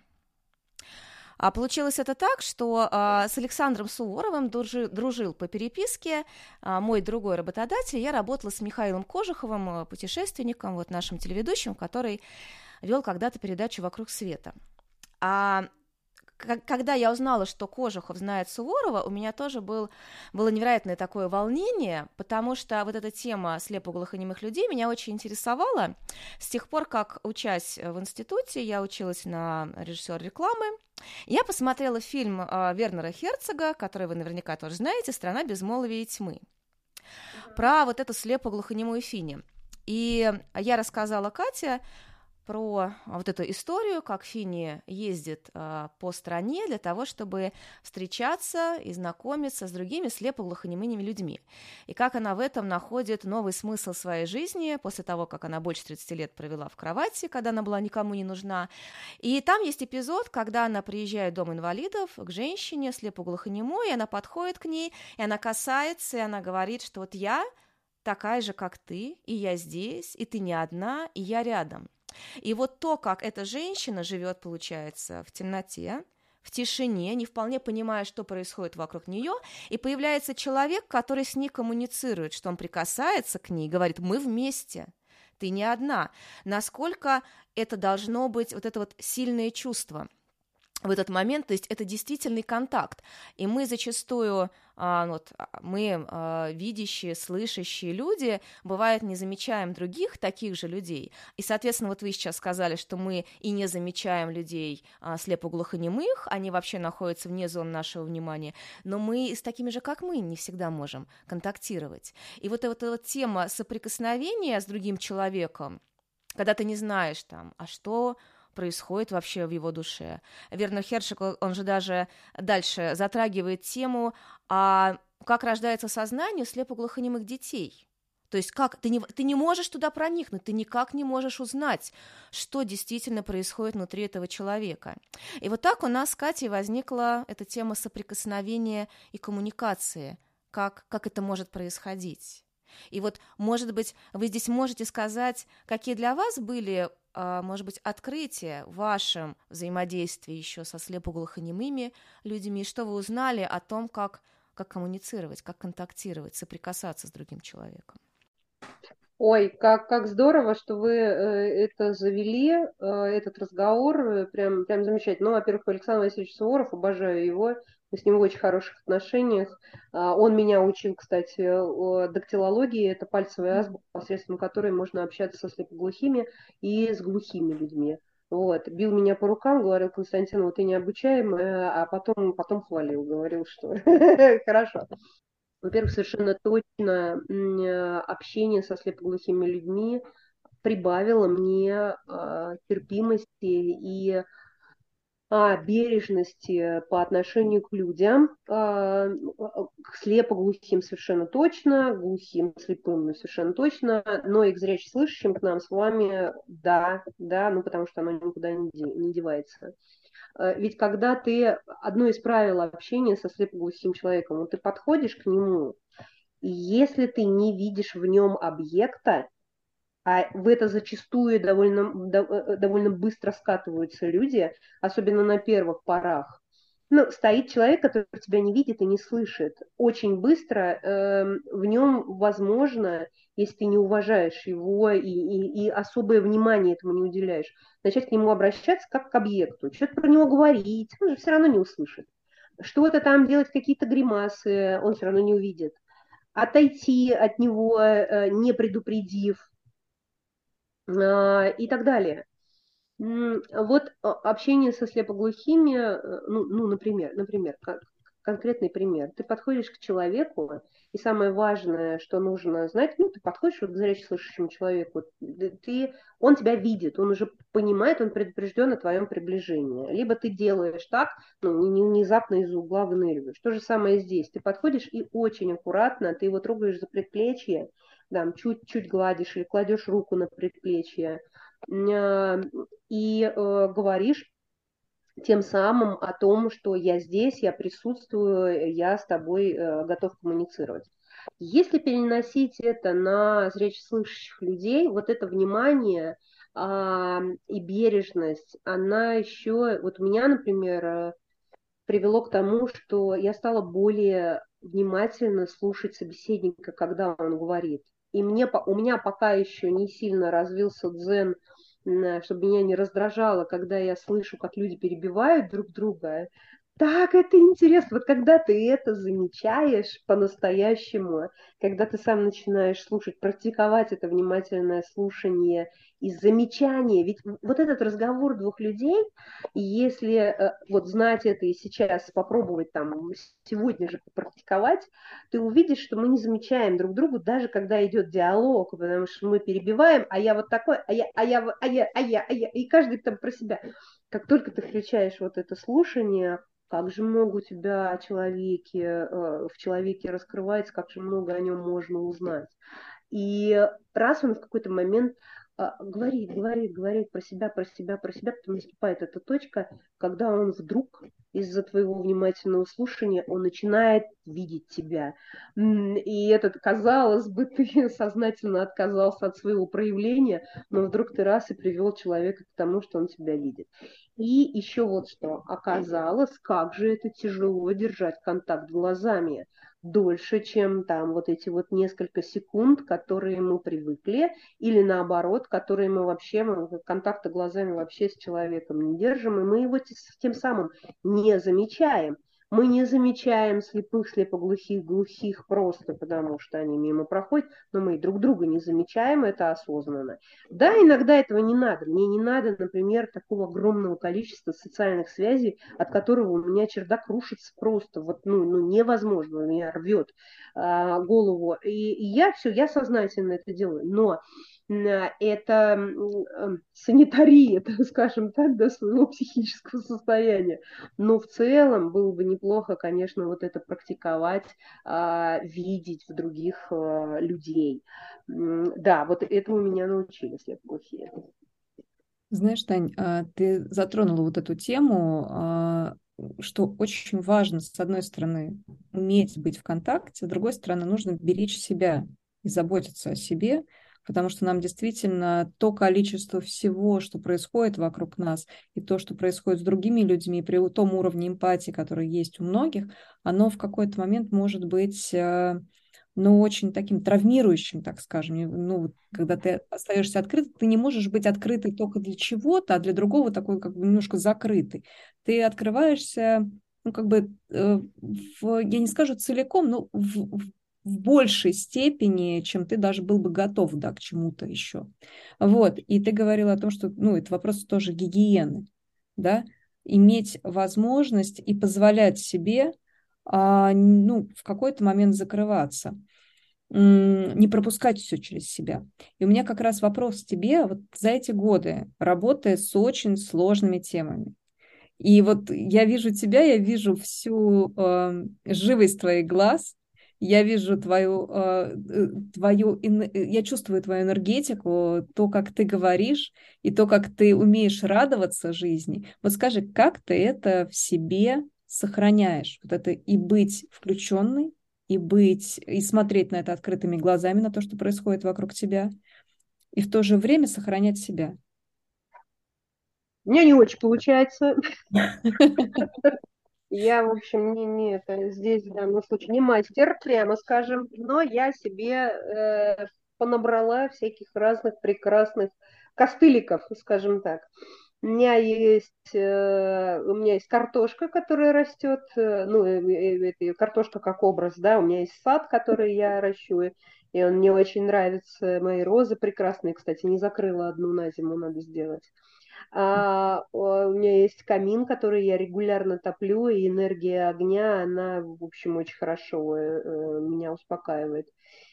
A: А получилось это так, что а, с Александром Суворовым дружил, дружил по переписке а, мой другой работодатель. Я работала с Михаилом Кожуховым, путешественником, вот нашим телеведущим, который вел когда-то передачу «Вокруг света». А когда я узнала, что Кожухов знает Суворова, у меня тоже был, было невероятное такое волнение, потому что вот эта тема слепоглухонемых людей меня очень интересовала. С тех пор, как, учась в институте, я училась на режиссера рекламы, я посмотрела фильм Вернера Херцога, который вы наверняка тоже знаете, «Страна безмолвия и тьмы», про вот эту слепоглухонемую Фини. И я рассказала Кате про вот эту историю, как Фини ездит а, по стране для того, чтобы встречаться и знакомиться с другими слепоглухонемыми людьми, и как она в этом находит новый смысл своей жизни после того, как она больше тридцати лет провела в кровати, когда она была никому не нужна. И там есть эпизод, когда она приезжает в дом инвалидов к женщине слепоглухонемой, и она подходит к ней, и она касается, и она говорит, что вот я такая же, как ты, и я здесь, и ты не одна, и я рядом. И вот то, как эта женщина живет, получается, в темноте, в тишине, не вполне понимая, что происходит вокруг нее, и появляется человек, который с ней коммуницирует, что он прикасается к ней, говорит: мы вместе, ты не одна. Насколько это должно быть вот это вот сильное чувство. в этот момент, то есть это действительный контакт, и мы зачастую, а, вот, мы а, видящие, слышащие люди, бывает, не замечаем других таких же людей, и, соответственно, вот вы сейчас сказали, что мы и не замечаем людей а, слепоглухонемых, они вообще находятся вне зоны нашего внимания, но мы с такими же, как мы, не всегда можем контактировать, и вот эта вот тема соприкосновения с другим человеком, когда ты не знаешь там, а что происходит вообще в его душе. Вернер Хершик, он же даже дальше затрагивает тему, а как рождается сознание у слепоглухонемых детей. То есть как ты не, ты не можешь туда проникнуть, ты никак не можешь узнать, что действительно происходит внутри этого человека. И вот так у нас с Катей возникла эта тема соприкосновения и коммуникации, как, как это может происходить. И вот, может быть, вы здесь можете сказать, какие для вас были, может быть, открытия в вашем взаимодействии еще со слепоглухонемыми людьми, и что вы узнали о том, как, как коммуницировать, как контактировать, соприкасаться с другим человеком.
D: Ой, как, как здорово, что вы э, это завели, э, этот разговор, э, прям, прям замечательно. Ну, во-первых, Александр Васильевич Суворов, обожаю его, мы с ним в очень хороших отношениях. А, он меня учил, кстати, о дактилологии, это пальцевая азбука, посредством которой можно общаться со слепоглухими и с глухими людьми. Вот. Бил меня по рукам, говорил: Константин, вот ты необучаемая, а потом, потом хвалил, говорил, что хорошо. Во-первых, совершенно точно общение со слепоглухими людьми прибавило мне а, терпимости и а, бережности по отношению к людям, а, к слепоглухим совершенно точно, глухим, слепым ну, совершенно точно, но и к зрячеслышащим, к нам с вами, да, да, ну потому что оно никуда не, не девается. Ведь когда ты, одно из правил общения со слепоглухим человеком, вот ты подходишь к нему, и если ты не видишь в нем объекта, а в это зачастую довольно, довольно быстро скатываются люди, особенно на первых порах, ну, стоит человек, который тебя не видит и не слышит. Очень быстро э, в нем возможно, если ты не уважаешь его и, и, и особое внимание этому не уделяешь, начать к нему обращаться как к объекту, что-то про него говорить, он же все равно не услышит. Что-то там делать, какие-то гримасы, он все равно не увидит. Отойти от него, э, не предупредив, э, и так далее. Вот общение со слепоглухими, ну, ну например, например, как конкретный пример. Ты подходишь к человеку, и самое важное, что нужно знать, ну, ты подходишь к зрячеслышащему человеку, ты, он тебя видит, он уже понимает, он предупрежден о твоем приближении. Либо ты делаешь так, ну, не внезапно из угла выныриваешь. То же самое здесь. Ты подходишь и очень аккуратно, ты его трогаешь за предплечье, да, чуть-чуть гладишь или кладешь руку на предплечье, и э, говоришь тем самым о том, что я здесь, я присутствую, я с тобой э, готов коммуницировать. Если переносить это на зрячеслышащих людей, вот это внимание э, и бережность, она еще, вот у меня, например, привело к тому, что я стала более внимательно слушать собеседника, когда он говорит. И мне, у меня пока еще не сильно развился дзен, чтобы меня не раздражало, когда я слышу, как люди перебивают друг друга. Так, это интересно. Вот когда ты это замечаешь по-настоящему, когда ты сам начинаешь слушать, практиковать это внимательное слушание и замечание. Ведь вот этот разговор двух людей, если вот знать это и сейчас попробовать там сегодня же попрактиковать, ты увидишь, что мы не замечаем друг друга, даже когда идет диалог, потому что мы перебиваем, а я вот такой, а я, а я, а я, а я, а я, и каждый там про себя. Как только ты включаешь вот это слушание, как же много у тебя о человеке, в человеке раскрывается, как же много о нем можно узнать. И раз он в какой-то момент говорит, говорит, говорит про себя, про себя, про себя, потом наступает эта точка, когда он вдруг из-за твоего внимательного слушания он начинает видеть тебя. И этот, казалось бы, ты сознательно отказался от своего проявления, но вдруг ты раз и привел человека к тому, что он тебя видит. И еще вот что оказалось, как же это тяжело держать контакт глазами дольше, чем там вот эти вот несколько секунд, которые мы привыкли, или наоборот, которые мы вообще, мы контакта глазами вообще с человеком не держим, и мы его тем самым не замечаем. Мы не замечаем слепых, слепоглухих, глухих просто потому, что они мимо проходят, но мы друг друга не замечаем, это осознанно. Да, иногда этого не надо. Мне не надо, например, такого огромного количества социальных связей, от которого у меня чердак рушится просто. Вот, ну, ну невозможно, у меня рвет а, голову. И, и я все, я сознательно это делаю. Но это санитария, скажем так, до своего психического состояния. Но в целом было бы неплохо, конечно, вот это практиковать, видеть в других людей. Да, вот этому меня научили слепоглухие.
C: Знаешь, Тань, ты затронула вот эту тему, что очень важно, с одной стороны, уметь быть в контакте, с другой стороны, нужно беречь себя и заботиться о себе, потому что нам действительно то количество всего, что происходит вокруг нас, и то, что происходит с другими людьми, при том уровне эмпатии, который есть у многих, оно в какой-то момент может быть, ну, очень таким травмирующим, так скажем. Ну, когда ты остаешься открыт, ты не можешь быть открытой только для чего-то, а для другого такой как бы немножко закрытый. Ты открываешься, ну, как бы, э, в, я не скажу целиком, но в, в в большей степени, чем ты даже был бы готов, да, к чему-то еще. Вот, и ты говорила о том, что, ну, это вопрос тоже гигиены, да, иметь возможность и позволять себе, а, ну, в какой-то момент закрываться, не пропускать все через себя. И у меня как раз вопрос к тебе, вот за эти годы, работая с очень сложными темами, и вот я вижу тебя, я вижу всю э, живость твоих глаз, я вижу твою, э, твою, я чувствую твою энергетику, то, как ты говоришь, и то, как ты умеешь радоваться жизни. Вот скажи, как ты это в себе сохраняешь? Вот это и быть включенной, и быть, и смотреть на это открытыми глазами, на то, что происходит вокруг тебя, и в то же время сохранять себя.
D: У меня не очень получается. Я, в общем, не, не это здесь в данном случае не мастер, прямо скажем, но я себе э, понабрала всяких разных прекрасных костыликов, скажем так. У меня есть, э, у меня есть картошка, которая растет, э, ну, э, э, это картошка как образ, да, у меня есть сад, который я ращу, и он мне очень нравится, мои розы прекрасные, кстати, не закрыла одну на зиму, надо сделать. А, у меня есть камин, который я регулярно топлю, и энергия огня, она, в общем, очень хорошо э, меня успокаивает.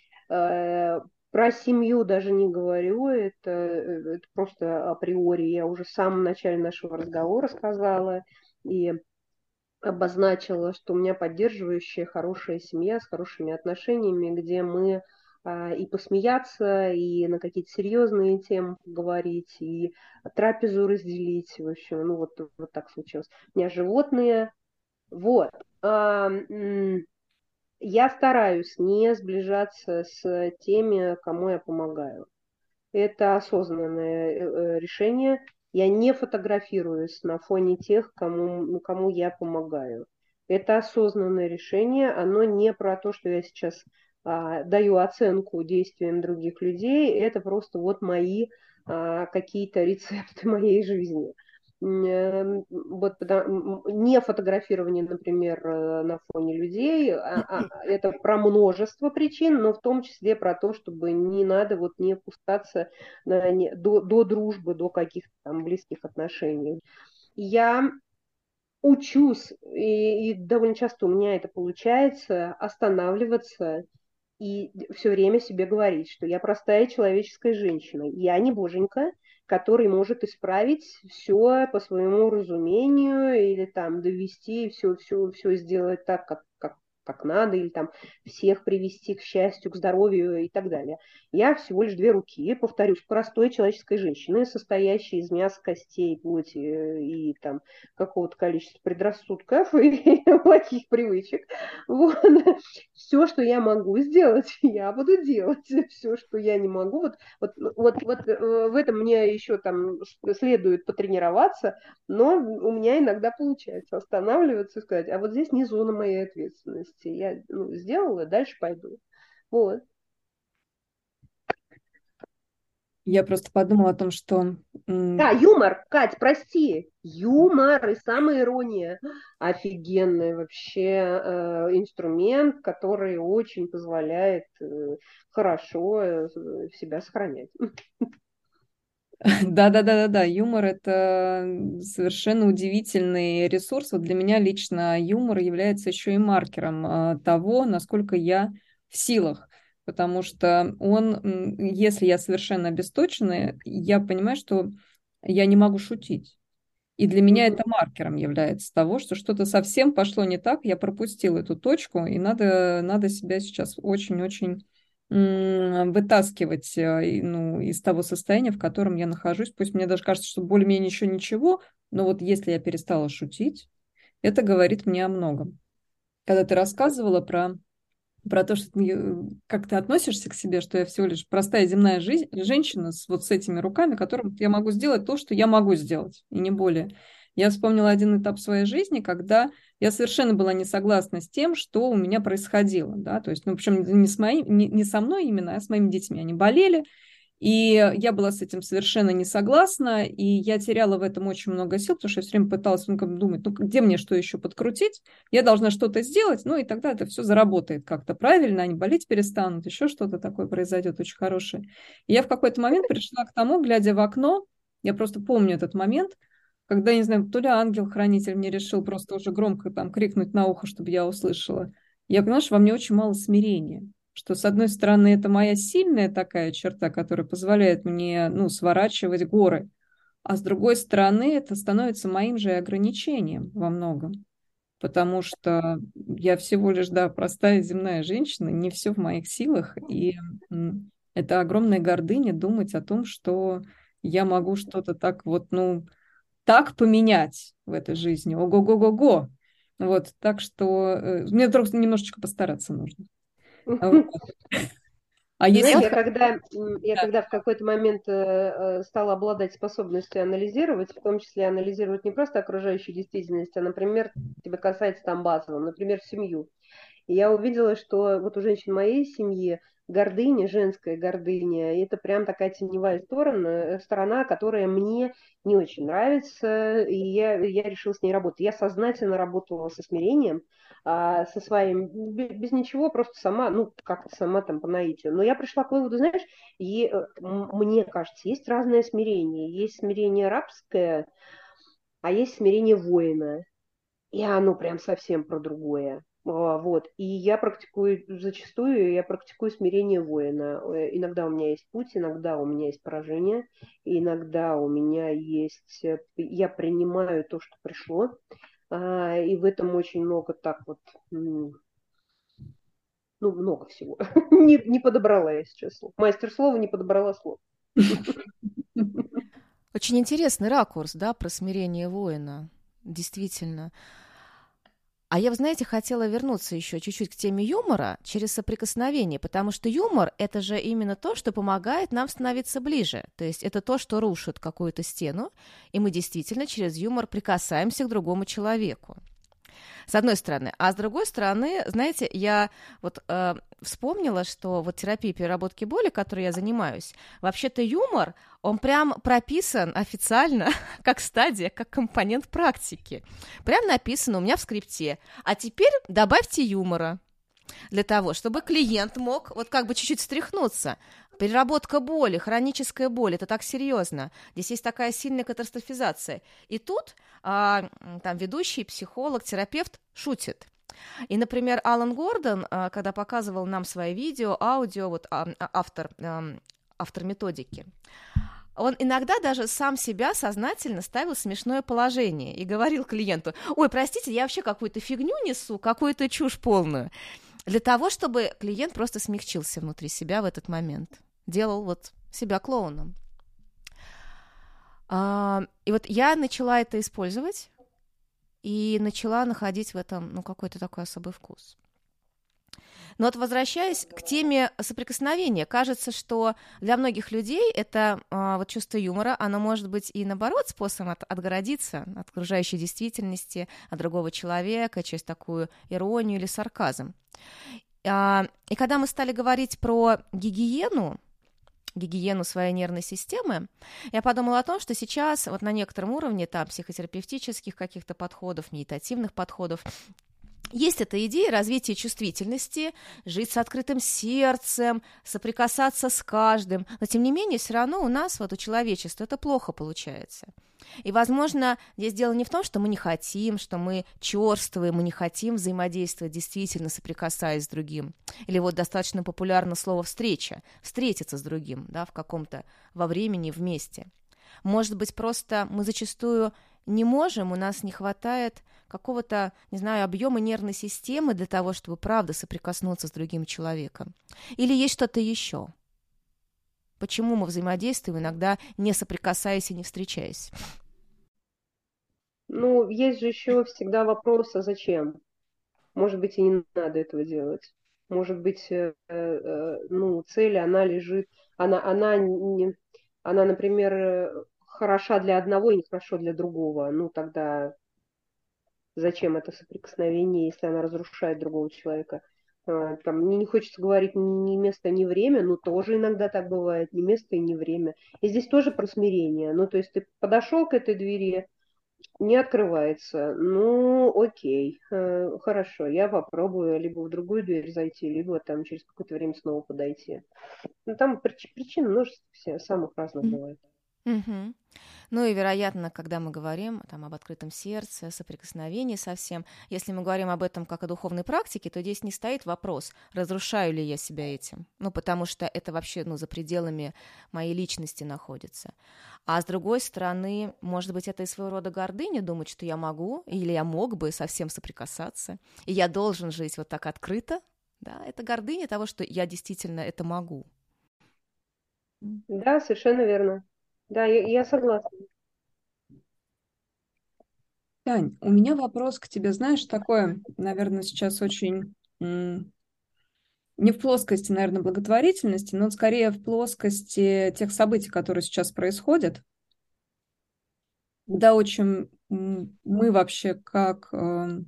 D: Э, Про семью даже не говорю, это, э, это просто априори. Я уже в самом начале нашего разговора сказала и обозначила, что у меня поддерживающая хорошая семья с хорошими отношениями, где мы а, и посмеяться, и на какие-то серьезные темы поговорить, и трапезу разделить. В общем, ну вот, вот так случилось. У меня животные. Вот. А, м, я стараюсь не сближаться с теми, кому я помогаю. Это осознанное э, решение. Я не фотографируюсь на фоне тех, кому, ну, кому я помогаю. Это осознанное решение. Оно не про то, что я сейчас а, даю оценку действиям других людей. Это просто вот мои а, какие-то рецепты моей жизни. М, Вот, не фотографирование, например, э, на фоне людей, а, а, это про множество причин, но в том числе про то, чтобы не надо вот не опускаться на, не, до, до дружбы, до каких-то там близких отношений. Я учусь, и, и довольно часто у меня это получается, останавливаться и все время себе говорить, что я простая человеческая женщина, я не боженька, который может исправить все по своему разумению или там довести все, все, все сделать так, как, как как надо, или там всех привести к счастью, к здоровью и так далее. Я всего лишь две руки, повторюсь, простой человеческой женщины, состоящей из мяса, костей, плоти и там какого-то количества предрассудков и плохих привычек. Вот. Все, что я могу сделать, я буду делать. Все, что я не могу, вот, вот, вот, вот в этом мне еще там следует потренироваться, но у меня иногда получается останавливаться и сказать, а вот здесь не зона моей ответственности. Я ну, сделала, дальше пойду. Вот.
C: Я просто подумала о том, что...
D: Да, юмор, Кать, прости, юмор и самоирония офигенный вообще э, инструмент, который очень позволяет э, хорошо э, себя сохранять.
C: Да-да-да-да-да, юмор – это совершенно удивительный ресурс. Вот для меня лично юмор является еще и маркером а, того, насколько я в силах. Потому что он, если я совершенно обесточенная, я понимаю, что я не могу шутить. И для меня
D: Мгм.
C: это маркером является того, что что-то совсем пошло не так, я пропустила эту точку, и надо, надо себя сейчас очень-очень м, вытаскивать э, и, ну, из того состояния, в котором я нахожусь. Пусть мне даже кажется, что более-менее еще ничего, но вот если я перестала шутить, это говорит мне о многом. Когда ты рассказывала про про то, что ты, э, как ты относишься к себе, что я всего лишь простая земная жизнь, женщина с вот с этими руками, которым я могу сделать то, что я могу сделать, и не более. Я вспомнила один этап своей жизни, когда я совершенно была не согласна с тем, что у меня происходило, да, то есть, ну, причем не, с моим, не, не со мной именно, а с моими детьми. Они болели, и я была с этим совершенно не согласна, и я теряла в этом очень много сил, потому что я все время пыталась ну, как думать, ну где мне что еще подкрутить, я должна что-то сделать, ну и тогда это все заработает как-то правильно, они болеть перестанут, еще что-то такое произойдет очень хорошее. И я в какой-то момент пришла к тому, глядя в окно, я просто помню этот момент, когда, не знаю, то ли ангел-хранитель мне решил просто уже громко там крикнуть на ухо, чтобы я услышала. Я поняла, что во мне очень мало смирения. Что, с одной стороны, это моя сильная такая черта, которая позволяет мне, ну, сворачивать горы, а с другой стороны, это становится моим же ограничением во многом, потому что я всего лишь, да, простая земная женщина, не все в моих силах, и м, это огромная гордыня думать о том, что я могу что-то так вот, ну, так поменять в этой жизни. Ого-го-го-го! Вот, так что э, мне просто немножечко постараться нужно. Вот. А если...
D: Знаете,
A: вот
D: я
A: х-
D: когда, м, я
C: Да.
D: когда в какой-то момент э, э, стала обладать способностью анализировать, в том числе анализировать не просто окружающую действительность, а, например, тебе касается там базового, например, семью. И я увидела, что вот у женщин моей семьи гордыня, женская гордыня, и это прям такая теневая сторона, э, сторона, которая мне не очень нравится, и я, я решила с ней работать. Я сознательно работала со смирением, а, со своим, бе- без ничего, просто сама, ну, как-то сама там по наитию. Но я пришла к выводу, знаешь, и, э, м- мне кажется, есть разное смирение. Есть смирение рабское, а есть смирение воина. И оно прям совсем про другое. А, Вот. И я практикую, зачастую я практикую смирение воина. Э, Иногда у меня есть путь, иногда у меня есть поражение, иногда у меня есть... э, Я принимаю то, что пришло, а, и в этом очень много так вот... м, Ну, много всего. Не, не подобрала я сейчас слов. Мастер слова не подобрала слов.
A: очень интересный ракурс, да, про смирение воина, действительно. А я, вы знаете, хотела вернуться еще чуть-чуть к теме юмора через соприкосновение, потому что юмор – это же именно то, что помогает нам становиться ближе. То есть это то, что рушит какую-то стену, и мы действительно через юмор прикасаемся к другому человеку. С одной стороны. А с другой стороны, знаете, я вот э, вспомнила, что вот терапия переработки боли, которой я занимаюсь, вообще-то юмор, он прям прописан официально как стадия, как компонент практики. Прям написано у меня в скрипте. А теперь добавьте юмора для того, чтобы клиент мог вот как бы чуть-чуть встряхнуться. Переработка боли, хроническая боль, это так серьезно. Здесь есть такая сильная катастрофизация. И тут а, там ведущий психолог, терапевт шутит. И, например, Алан Гордон, а, когда показывал нам свои видео, аудио, вот а, автор, а, автор методики, он иногда даже сам себя сознательно ставил в смешное положение и говорил клиенту: ой, простите, я вообще какую-то фигню несу, какую-то чушь полную, для того, чтобы клиент просто смягчился внутри себя в этот момент, делал вот себя клоуном. А, и вот я начала это использовать и начала находить в этом, ну, какой-то такой особый вкус. Но вот возвращаясь к теме соприкосновения, кажется, что для многих людей это а, вот чувство юмора, оно может быть и наоборот способом от, отгородиться от окружающей действительности, от другого человека, через такую иронию или сарказм. А, и когда мы стали говорить про гигиену, гигиену своей нервной системы, я подумала о том, что сейчас вот на некотором уровне там психотерапевтических каких-то подходов, медитативных подходов, есть эта идея развития чувствительности, жить с открытым сердцем, соприкасаться с каждым, но тем не менее все равно у нас, вот у человечества, это плохо получается. И, возможно, здесь дело не в том, что мы не хотим, что мы черствые, мы не хотим взаимодействовать, действительно соприкасаясь с другим. Или вот достаточно популярно слово «встреча», встретиться с другим, да, в каком-то во времени вместе. Может быть, просто мы зачастую не можем, у нас не хватает какого-то, не знаю, объема нервной системы для того, чтобы правда соприкоснуться с другим человеком. Или есть что-то еще? Почему мы взаимодействуем иногда, не соприкасаясь и не встречаясь?
D: Ну, есть же еще всегда вопрос, а зачем? Может быть, и не надо этого делать. Может быть, э, э, ну, цель, она лежит, она, она, не, она, например, э, хороша для одного и не хорошо для другого. Ну, тогда зачем это соприкосновение, если она разрушает другого человека? А, Там, мне не хочется говорить ни место, ни время, но тоже иногда так бывает, ни место и ни время. И здесь тоже про смирение. Ну, то есть ты подошел к этой двери, не открывается. Ну, окей, э, хорошо, я попробую либо в другую дверь зайти, либо там через какое-то время снова подойти. Ну, там прич- причин множество все, самых разных бывает.
A: Мгм. Ну и, вероятно, когда мы говорим там, об открытом сердце, соприкосновении со всем, если мы говорим об этом как о духовной практике, то здесь не стоит вопрос, разрушаю ли я себя этим, ну, потому что это вообще, ну, за пределами моей личности находится. А с другой стороны, может быть, это и своего рода гордыня, думать, что я могу или я мог бы со всем соприкасаться, и я должен жить вот так открыто, да, это гордыня того, что я действительно это могу.
D: Да, совершенно верно. Да, я, я согласна.
C: Тань, у меня вопрос к тебе, знаешь, такое, наверное, сейчас очень м, не в плоскости, наверное, благотворительности, но скорее в плоскости тех событий, которые сейчас происходят, когда очень м, мы вообще как, э,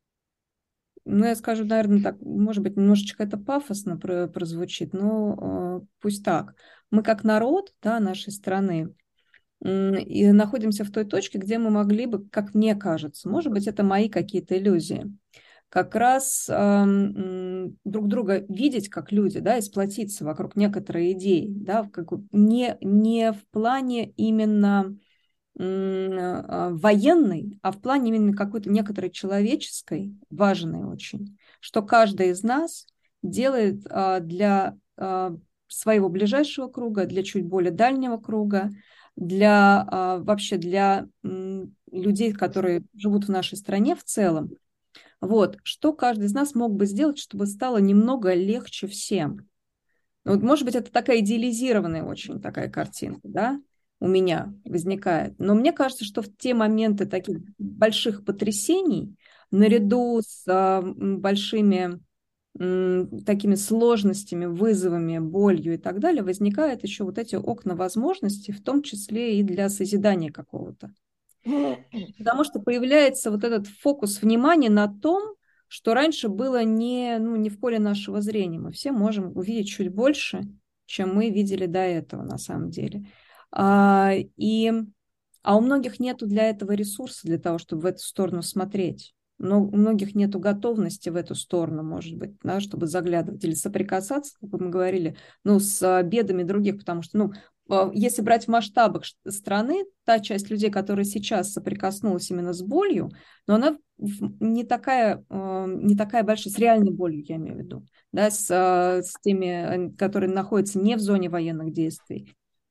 C: ну, я скажу, наверное, так, может быть, немножечко это пафосно про- прозвучит, но э, пусть так. Мы как народ, да, нашей страны, м, и находимся в той точке, где мы могли бы, как мне кажется, может быть, это мои какие-то иллюзии, как раз эм, друг друга видеть как люди, да, и сплотиться вокруг некоторой идеи, да, как, бы не, не в плане именно м, э, военной, а в плане именно какой-то некоторой человеческой, важной очень, что каждый из нас делает а, для а, своего ближайшего круга, для чуть более дальнего круга, для а, вообще для м, людей, которые живут в нашей стране в целом. Вот, что каждый из нас мог бы сделать, чтобы стало немного легче всем. Вот, может быть, это такая идеализированная очень такая картинка, да, у меня возникает. Но мне кажется, что в те моменты таких больших потрясений, наряду с а, м, большими м, такими сложностями, вызовами, болью и так далее, возникают еще вот эти окна возможностей, в том числе и для созидания какого-то. Потому что появляется вот этот фокус внимания на том, что раньше было не, ну, не в поле нашего зрения. Мы все можем увидеть чуть больше, чем мы видели до этого на самом деле. А, и, а у многих нету для этого ресурса, для того, чтобы в эту сторону смотреть. Но у многих нету готовности в эту сторону, может быть, да, чтобы заглядывать или соприкасаться, как мы говорили, ну, с бедами других, потому что, ну, если брать в масштабах страны, та часть людей, которая сейчас соприкоснулась именно с болью, но она не такая, не такая большая, с реальной болью, я имею в виду, да, с, с теми, которые находятся не в зоне военных действий,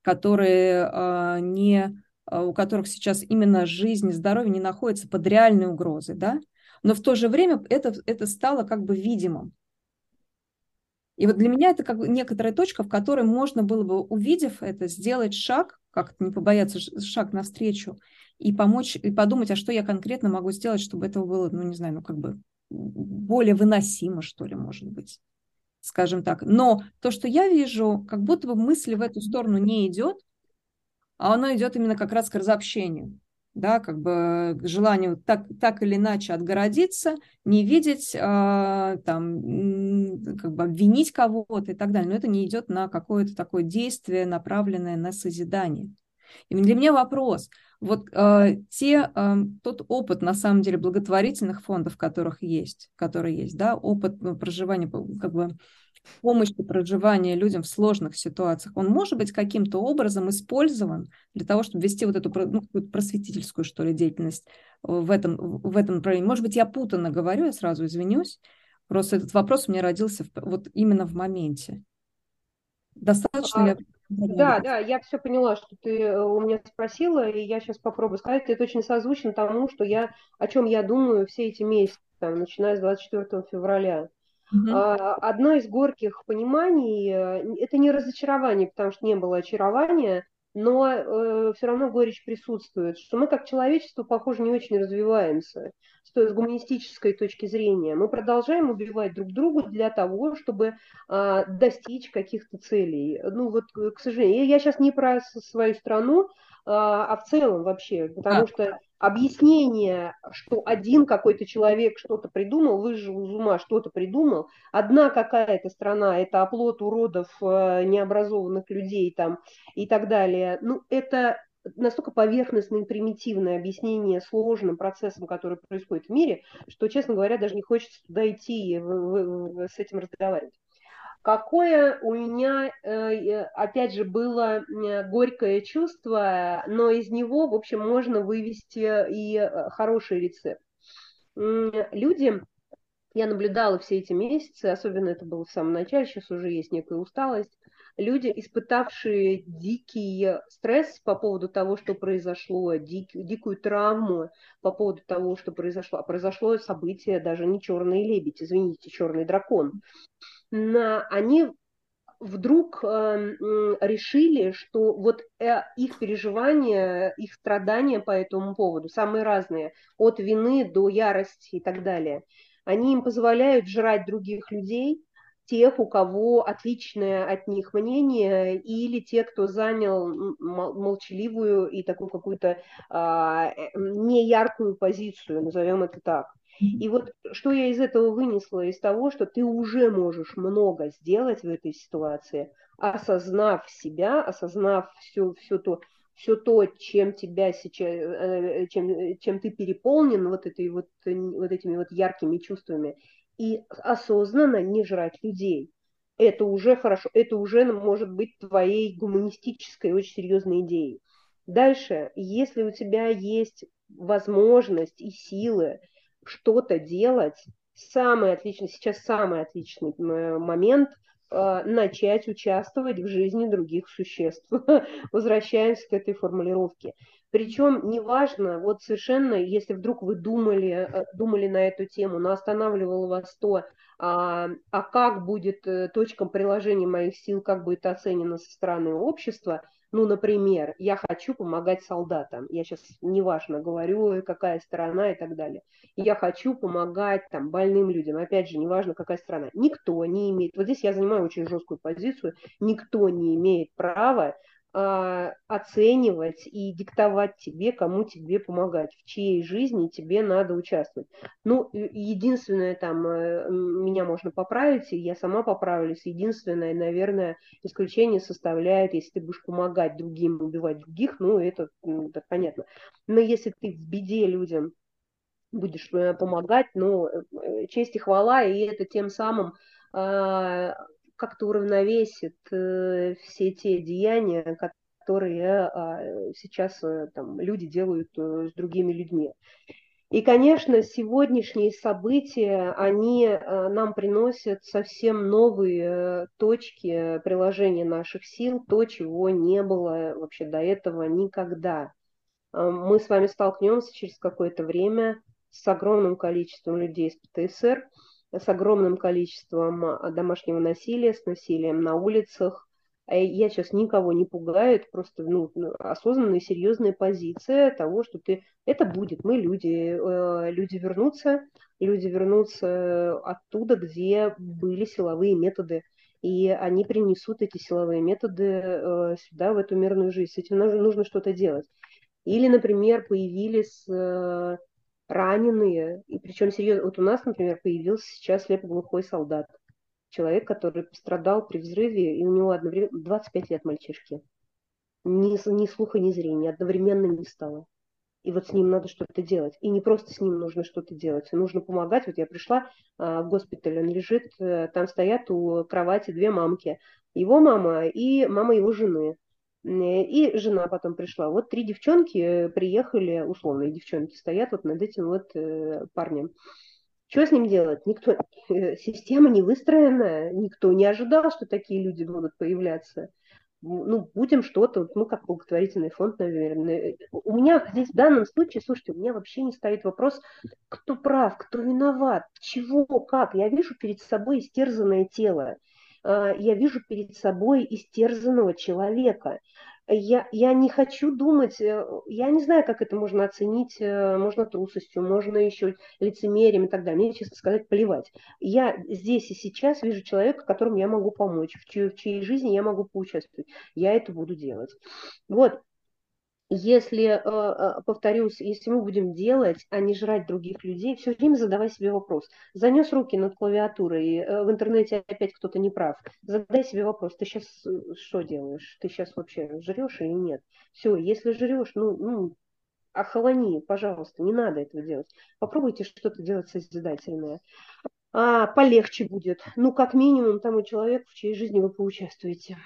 C: которые а, не, а, у которых сейчас именно жизнь и здоровье не находятся под реальной угрозой, да, но в то же время это, это стало как бы видимым. И вот для меня это как бы некоторая точка, в которой можно было бы, увидев это, сделать шаг, как-то не побояться, шаг навстречу, и помочь, и подумать, а что я конкретно могу сделать, чтобы этого было, ну, не знаю, ну, как бы более выносимо, что ли, может быть, скажем так. Но то, что я вижу, как будто бы мысль в эту сторону не идет, а оно идет именно как раз к разобщению. Да, как бы к желанию так, так или иначе отгородиться, не видеть, э, там, как бы обвинить кого-то и так далее. Но это не идет на какое-то такое действие, направленное на созидание. И для меня вопрос, вот э, те, э, тот опыт, на самом деле, благотворительных фондов, которых есть, которые есть, да, опыт ну, проживания, как бы помощи проживания людям в сложных ситуациях, он может быть каким-то образом использован для того, чтобы вести вот эту ну, просветительскую, что ли, деятельность в этом, в этом направлении. Может быть, я путанно говорю, я сразу извинюсь, просто этот вопрос у меня родился в, вот именно в моменте. Достаточно ли
D: А,
C: я...
D: Да, да, я все поняла, что ты э, у меня спросила, и я сейчас попробую сказать. Это очень созвучно тому, что я, о чем я думаю все эти месяцы, там, начиная с двадцать четвёртого февраля.
C: Мгм.
D: А, Одно из горьких пониманий, э, это не разочарование, потому что не было очарования, но э, все равно горечь присутствует, что мы как человечество, похоже, не очень развиваемся с той с гуманистической точки зрения. Мы продолжаем убивать друг друга для того, чтобы а, достичь каких-то целей. Ну вот, к к сожалению, я сейчас не про с- свою страну, а, а в целом вообще,
C: А,
D: потому что объяснение, что один какой-то человек что-то придумал, выжил из ума, что-то придумал, одна какая-то страна, это оплот уродов, э, необразованных людей там и так далее. Ну, это настолько поверхностное и примитивное объяснение сложным процессам, которые происходят в мире, что, честно говоря, даже не хочется туда идти и в- в- в- с этим разговаривать. Какое у меня, э, опять же, было э, горькое чувство, но из него, в общем, можно вывести и э, хороший рецепт. М, Люди, я наблюдала все эти месяцы, особенно это было в самом начале, сейчас уже есть некая усталость, люди, испытавшие дикий стресс по поводу того, что произошло, дик, дикую травму по поводу того, что произошло. А произошло событие, даже не черный лебедь, извините, черный дракон. На, они вдруг э, решили, что вот э, их переживания, их страдания по этому поводу, самые разные, от вины до ярости и так далее, они им позволяют жрать других людей, тех, у кого отличное от них мнение, или те, кто занял молчаливую и такую какую-то а, э, неяркую позицию, назовем это так. И вот что я из этого вынесла? Из того, что ты уже можешь много сделать в этой ситуации, осознав себя, осознав все, все то, все то, чем тебя сейчас, э, чем, чем ты переполнен вот, этой вот, вот этими вот яркими чувствами, и осознанно не жрать людей. Это уже хорошо, это уже может быть твоей гуманистической очень серьезной идеей. Дальше, если у тебя есть возможность и силы что-то делать, самый отличный, сейчас самый отличный момент э, начать участвовать в жизни других существ. Возвращаемся к этой формулировке. Причем неважно, вот совершенно, если вдруг вы думали, э, думали на эту тему, но останавливало вас то, а, а как будет э, точка приложения моих сил, как будет оценено со стороны общества, ну, например, я хочу помогать солдатам, я сейчас неважно говорю, какая страна и так далее. Я хочу помогать там больным людям, опять же, неважно, какая страна. Никто не имеет, вот здесь я занимаю очень жесткую позицию, никто не имеет права а, оценивать и диктовать тебе, кому тебе помогать, в чьей жизни тебе надо участвовать. Ну, единственное, там, э, меня можно поправить, и я сама поправлюсь, единственное, наверное, исключение составляет, если ты будешь помогать другим, убивать других, ну, это, это понятно. Но если ты в беде людям будешь э, помогать, но э, честь и хвала, и это тем самым а, как-то уравновесит э, все те деяния, которые а, сейчас э, там, люди делают э, с другими людьми. И, конечно, сегодняшние события, они э, нам приносят совсем новые э, точки приложения наших сил, то, чего не было вообще до этого никогда. Э, Мы с вами столкнемся через какое-то время с огромным количеством людей из ПТСР, с огромным количеством а, домашнего насилия, с насилием на улицах. Э, Я сейчас никого не пугаю, это просто ну, ну, осознанная, серьезная позиция того, что ты... это будет, мы люди, э, люди вернутся, люди вернутся оттуда, где были силовые методы, и они принесут эти силовые методы э, сюда, в эту мирную жизнь. С этим нужно, нужно что-то делать. Или, например, появились э, раненые, и причем серьезно, вот у нас, например, появился сейчас слепоглухой солдат, человек, который пострадал при взрыве, и у него одновременно двадцать пять лет мальчишки, ни, ни слуха, ни зрения, одновременно не стало. И вот с ним надо что-то делать. И не просто с ним нужно что-то делать, нужно помогать. Вот я пришла а, в госпиталь, он лежит, а, там стоят у кровати две мамки. Его мама и мама его жены. И жена потом пришла. Вот три девчонки приехали, условные девчонки, стоят вот над этим вот э, парнем. Что с ним делать? Никто, система не выстроена, никто не ожидал, что такие люди будут появляться. Ну, будем что-то, ну, как благотворительный фонд, наверное. У меня здесь в данном случае, слушайте, у меня вообще не стоит вопрос, кто прав, кто виноват, чего, как. Я вижу перед собой истерзанное тело, я вижу перед собой истерзанного человека. Я, я не хочу думать, я не знаю, как это можно оценить, можно трусостью, можно еще лицемерием и так далее. Мне, честно сказать, плевать. Я здесь и сейчас вижу человека, которому я могу помочь, в чьей, в чьей жизни я могу поучаствовать. Я это буду делать. Вот. Если, повторюсь, если мы будем делать, а не жрать других людей, все время задавай себе вопрос. Занес руки над клавиатурой, в интернете опять кто-то не прав. Задай себе вопрос, ты сейчас что делаешь? Ты сейчас вообще жрешь или нет? Все, если жрешь, ну, ну охолони, пожалуйста, не надо этого делать. Попробуйте что-то делать созидательное. А, полегче будет. Ну, как минимум, тому человеку, в чьей жизни вы поучаствуете.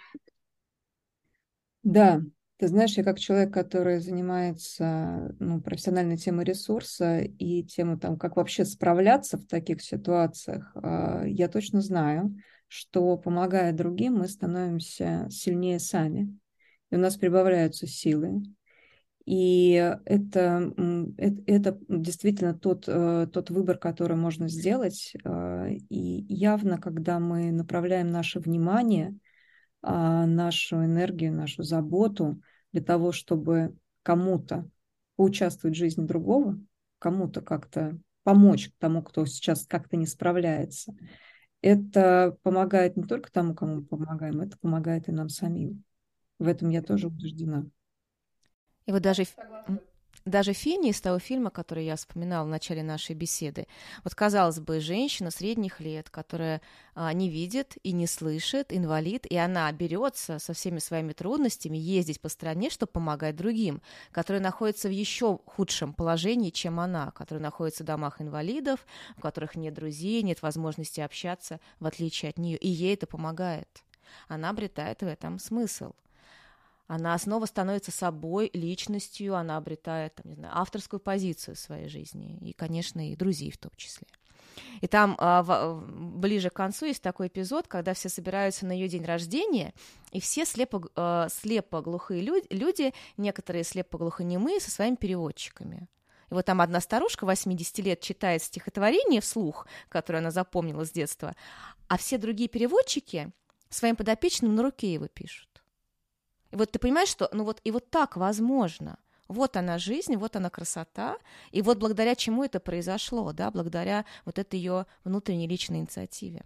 C: Да, ты знаешь, я как человек, который занимается ну, профессиональной темой ресурса и темой, там, как вообще справляться в таких ситуациях, а, я точно знаю, что, помогая другим, мы становимся сильнее сами, и у нас прибавляются силы. И это, это, это действительно тот, э, тот выбор, который можно сделать. э, И явно, когда мы направляем наше внимание, а, нашу энергию, нашу заботу для того, чтобы кому-то поучаствовать в жизни другого, кому-то как-то помочь тому, кто сейчас как-то не справляется. Это помогает не только тому, кому мы помогаем, это помогает и нам самим. В этом я тоже убеждена.
A: И вот даже, м, даже Финни из того фильма, который я вспоминала в начале нашей беседы, вот, казалось бы, женщина средних лет, которая а, не видит и не слышит, инвалид, и она берется со всеми своими трудностями ездить по стране, чтобы помогать другим, которые находятся в еще худшем положении, чем она, которые находятся в домах инвалидов, у которых нет друзей, нет возможности общаться, в отличие от нее, и ей это помогает. Она обретает в этом смысл. Она снова становится собой, личностью, она обретает, там, не знаю, авторскую позицию в своей жизни, и, конечно, и друзей в том числе. И там а, в, ближе к концу есть такой эпизод, когда все собираются на ее день рождения, и все слепо, а, слепоглухие люди, люди, некоторые слепоглухонемые, со своими переводчиками. И вот там одна старушка восьмидесяти лет читает стихотворение вслух, которое она запомнила с детства, а все другие переводчики своим подопечным на руке его пишут. И вот ты понимаешь, что ну вот и вот так возможно. Вот она жизнь, вот она красота, и вот благодаря чему это произошло, да, благодаря вот этой ее внутренней личной инициативе.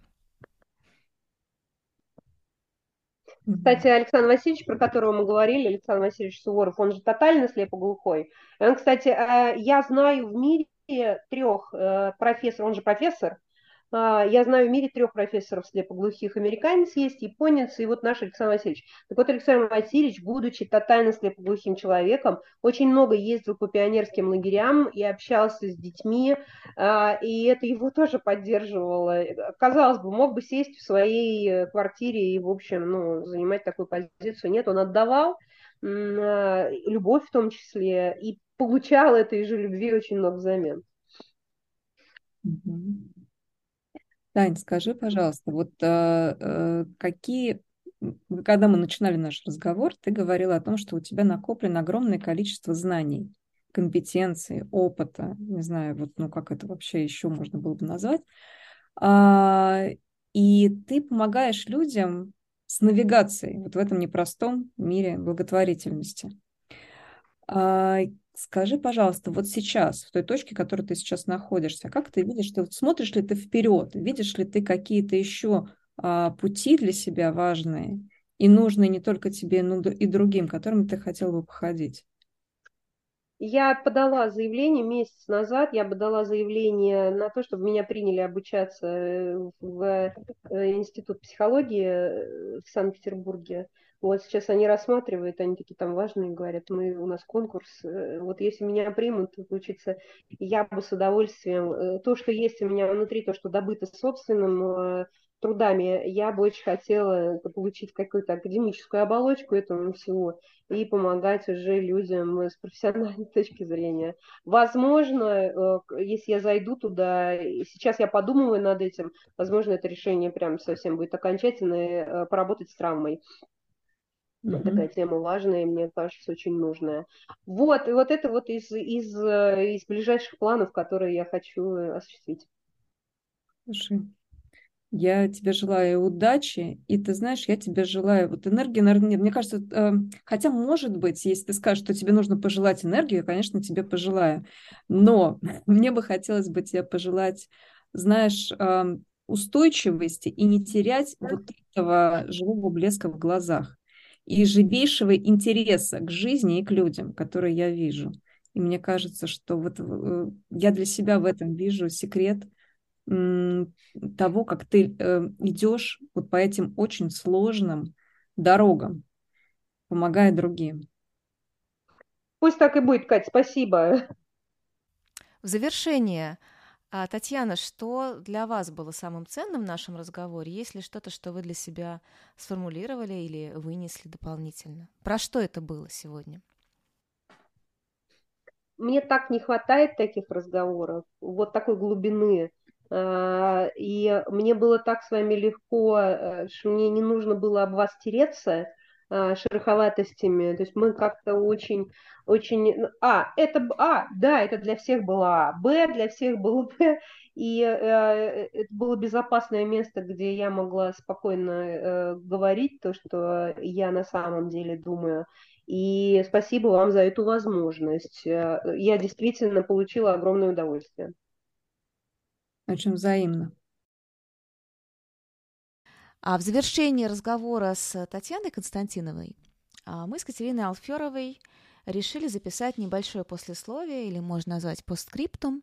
D: Кстати, Александр Васильевич, про которого мы говорили, Александр Васильевич Суворов, он же тотально слепоглухой. Он, кстати, я знаю в мире трех профессоров, он же профессор, я знаю в мире трех профессоров слепоглухих. Американец есть, японец и вот наш Александр Васильевич. Так вот, Александр Васильевич, будучи тотально слепоглухим человеком, очень много ездил по пионерским лагерям и общался с детьми, и это его тоже поддерживало. Казалось бы, мог бы сесть в своей квартире и, в общем, ну, занимать такую позицию. Нет, он отдавал любовь в том числе и получал этой же любви очень много взамен.
C: Мгм. Тань, скажи, пожалуйста, вот э, э, какие, м, когда мы начинали наш разговор, ты говорила о том, что у тебя накоплено огромное количество знаний, компетенций, опыта, не знаю, вот, ну, как это вообще еще можно было бы назвать. А, и ты помогаешь людям с навигацией вот в этом непростом мире благотворительности. А, скажи, пожалуйста, вот сейчас, в той точке, в которой ты сейчас находишься, как ты видишь, ты, вот смотришь ли ты вперед, видишь ли ты какие-то еще а, пути для себя важные и нужные не только тебе, но и другим, которыми ты хотел бы походить?
D: Я подала заявление месяц назад, я подала заявление на то, чтобы меня приняли обучаться э, в э, Институт психологии э, в Санкт-Петербурге. Вот сейчас они рассматривают, они такие там важные, говорят, мы, у нас конкурс, э, вот если меня примут учиться, я бы с удовольствием, э, то, что есть у меня внутри, то, что добыто собственным э, трудами, я бы очень хотела получить какую-то академическую оболочку этому всего и помогать уже людям с профессиональной точки зрения. Возможно, если я зайду туда, сейчас я подумываю над этим, возможно, это решение прям совсем будет окончательное, поработать с травмой. Такая
C: Мгм.
D: тема важная, мне кажется, очень нужная. Вот, и вот это вот из, из, из ближайших планов, которые я хочу осуществить.
C: Слушай, я тебе желаю удачи, и ты знаешь, я тебе желаю вот энергии, наверное, нет, мне кажется, э, хотя, может быть, если ты скажешь, что тебе нужно пожелать энергию, я, конечно, тебе пожелаю, но мне бы хотелось бы тебе пожелать, знаешь, э, устойчивости и не терять вот этого живого блеска в глазах и живейшего интереса к жизни и к людям, которые я вижу. И мне кажется, что вот э, я для себя в этом вижу секрет того, как ты э, идешь вот по этим очень сложным дорогам, помогая другим.
D: Пусть так и будет, Кать, спасибо.
A: В завершение, а, Татьяна, что для вас было самым ценным в нашем разговоре? Есть ли что-то, что вы для себя сформулировали или вынесли дополнительно? Про что это было сегодня?
D: Мне так не хватает таких разговоров, вот такой глубины. А, И мне было так с вами легко, э, что мне не нужно было об вас тереться а, шероховатостями. То есть мы как-то очень, очень... ну, А, это... б- А, да, это для всех было А. Б, для всех было Б. И э, это было безопасное место, где я могла спокойно э, говорить то, что я на самом деле думаю. И спасибо вам за эту возможность. Э, Я действительно получила огромное удовольствие.
C: Очень взаимно.
A: А в завершении разговора с Татьяной Константиновой а, мы с Катериной Алферовой решили записать небольшое послесловие, или можно назвать постскриптум.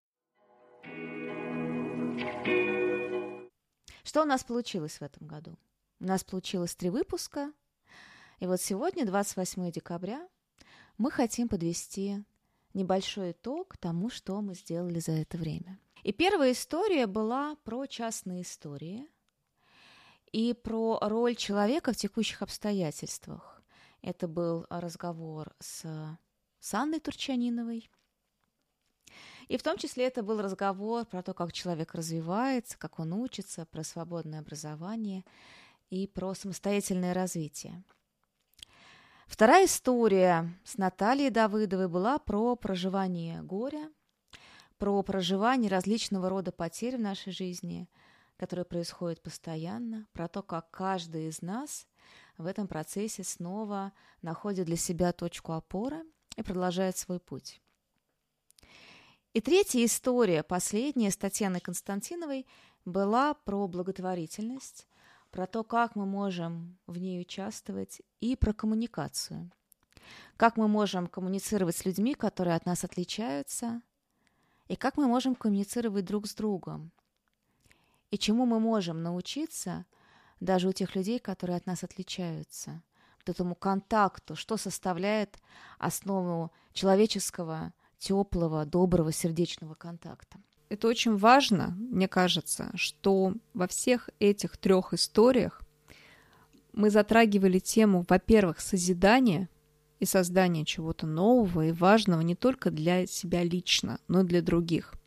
A: Что у нас получилось в этом году? У нас получилось три выпуска, и вот сегодня, двадцать восьмого декабря, мы хотим подвести небольшой итог тому, что мы сделали за это время. И первая история была про частные истории и про роль человека в текущих обстоятельствах. Это был разговор с, с Анной Турчаниновой. И в том числе это был разговор про то, как человек развивается, как он учится, про свободное образование и про самостоятельное развитие. Вторая история с Натальей Давыдовой была про проживание горя, про проживание различного рода потерь в нашей жизни, которые происходят постоянно, про то, как каждый из нас в этом процессе снова находит для себя точку опоры и продолжает свой путь. И третья история, последняя, с Татьяной Константиновой, была про благотворительность, про то, как мы можем в ней участвовать, и про коммуникацию. Как мы можем коммуницировать с людьми, которые от нас отличаются, и как мы можем коммуницировать друг с другом. И чему мы можем научиться даже у тех людей, которые от нас отличаются. Вот этому контакту, что составляет основу человеческого, теплого, доброго, сердечного контакта.
B: Это очень важно, мне кажется, что во всех этих трех историях мы затрагивали тему, во-первых, созидания и создания чего-то нового и важного не только для себя лично, но и для других.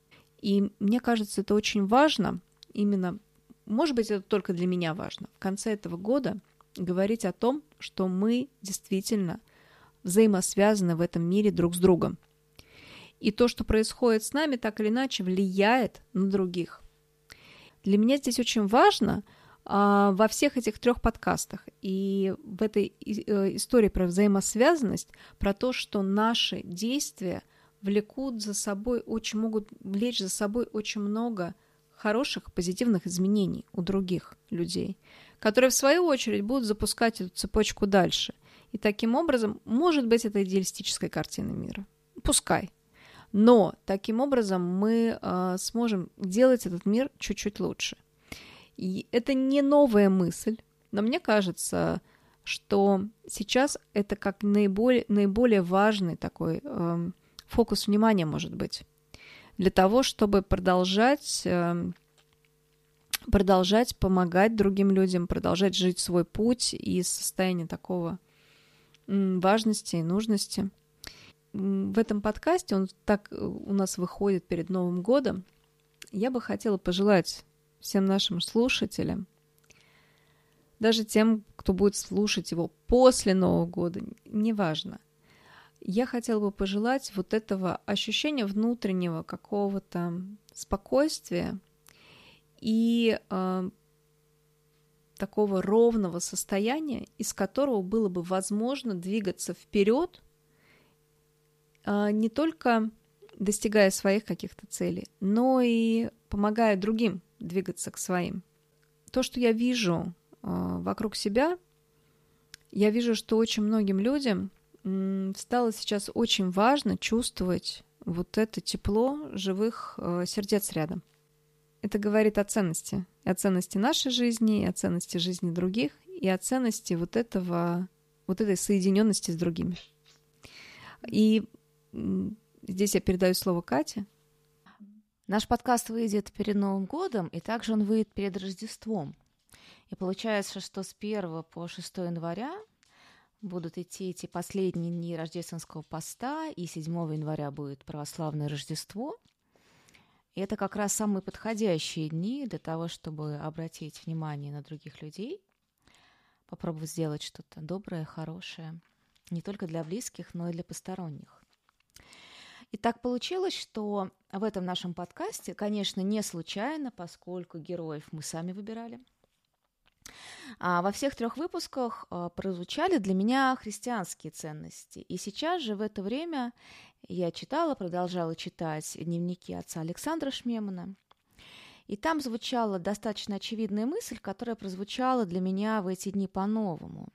B: И мне кажется, это очень важно, именно, может быть, это только для меня важно, в конце этого года говорить о том, что мы действительно взаимосвязаны в этом мире друг с другом. И то, что происходит с нами, так или иначе влияет на других. Для меня здесь очень важно а, во всех этих трех подкастах и в этой и, истории про взаимосвязанность, про то, что наши действия влекут за собой, очень могут влечь за собой очень много хороших, позитивных изменений у других людей, которые, в свою очередь, будут запускать эту цепочку дальше. И таким образом, может быть, это идеалистическая картина мира. Пускай. Но таким образом мы э, сможем делать этот мир чуть-чуть лучше. И это не новая мысль, но мне кажется, что сейчас это как наиболее, наиболее важный такой э, фокус внимания может быть для того, чтобы продолжать, э, продолжать помогать другим людям, продолжать жить свой путь из состояния такого э, важности и нужности. В этом подкасте, он так у нас выходит перед Новым годом, я бы хотела пожелать всем нашим слушателям, даже тем, кто будет слушать его после Нового года, неважно, я хотела бы пожелать вот этого ощущения внутреннего какого-то спокойствия и э, такого ровного состояния, из которого было бы возможно двигаться вперед, не только достигая своих каких-то целей, но и помогая другим двигаться к своим. То, что я вижу вокруг себя, я вижу, что очень многим людям стало сейчас очень важно чувствовать вот это тепло живых сердец рядом. Это говорит о ценности, о ценности нашей жизни, о ценности жизни других и о ценности вот этого, вот этой соединенности с другими. И здесь я передаю слово Кате.
A: Наш подкаст выйдет перед Новым годом, и также он выйдет перед Рождеством. И получается, что с первого по шестое января будут идти эти последние дни рождественского поста, и седьмого января будет православное Рождество. И это как раз самые подходящие дни для того, чтобы обратить внимание на других людей, попробовать сделать что-то доброе, хорошее, не только для близких, но и для посторонних. И так получилось, что в этом нашем подкасте, конечно, не случайно, поскольку героев мы сами выбирали, а во всех трех выпусках прозвучали для меня христианские ценности. И сейчас же в это время я читала, продолжала читать дневники отца Александра Шмемана. И там звучала достаточно очевидная мысль, которая прозвучала для меня в эти дни по-новому,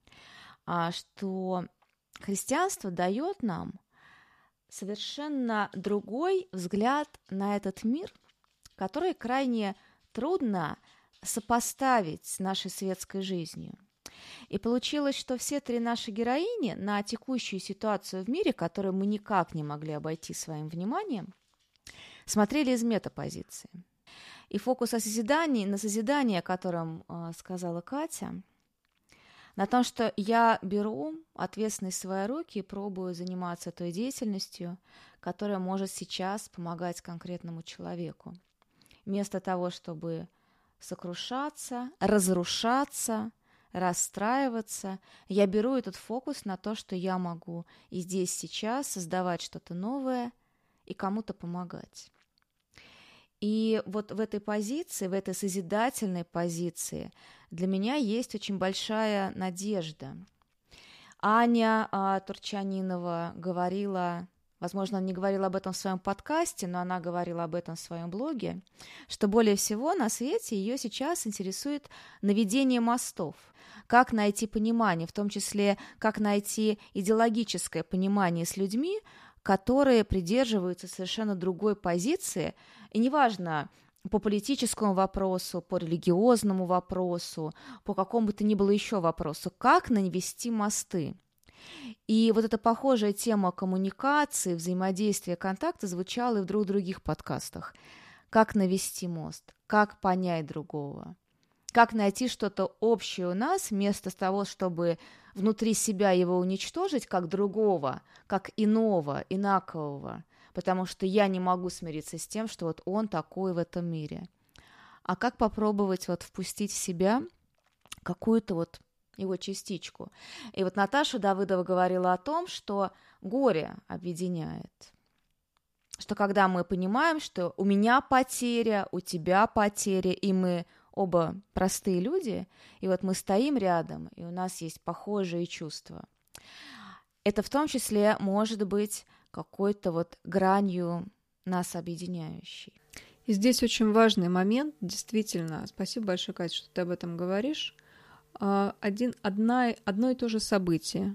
A: что христианство дает нам совершенно другой взгляд на этот мир, который крайне трудно сопоставить с нашей светской жизнью. И получилось, что все три наши героини на текущую ситуацию в мире, которую мы никак не могли обойти своим вниманием, смотрели из метапозиции. И фокус о созидании, на созидание, о котором э, сказала Катя, на том, что я беру ответственность в свои руки и пробую заниматься той деятельностью, которая может сейчас помогать конкретному человеку. Вместо того, чтобы сокрушаться, разрушаться, расстраиваться, я беру этот фокус на то, что я могу и здесь, сейчас создавать что-то новое и кому-то помогать. И вот в этой позиции, в этой созидательной позиции для меня есть очень большая надежда. Аня а, Турчанинова говорила, возможно, она не говорила об этом в своем подкасте, но она говорила об этом в своем блоге, что более всего на свете ее сейчас интересует наведение мостов. Как найти понимание, в том числе, как найти идеологическое понимание с людьми, которые придерживаются совершенно другой позиции, и неважно, по политическому вопросу, по религиозному вопросу, по какому бы то ни было еще вопросу, как навести мосты. И вот эта похожая тема коммуникации, взаимодействия, контакта звучала и в двух других подкастах. Как навести мост, как понять другого, как найти что-то общее у нас, вместо того, чтобы внутри себя его уничтожить, как другого, как иного, инакового. потому что я не могу смириться с тем, что вот он такой в этом мире. А как попробовать вот впустить в себя какую-то вот его частичку? И вот Наташа Давыдова говорила о том, что горе объединяет. Что когда мы понимаем, что у меня потеря, у тебя потеря, и мы оба простые люди, и вот мы стоим рядом, и у нас есть похожие чувства. Это в том числе может быть какой-то вот гранью нас объединяющей.
B: И здесь очень важный момент, действительно, спасибо большое, Катя, что ты об этом говоришь. Один, одна, одно и то же событие,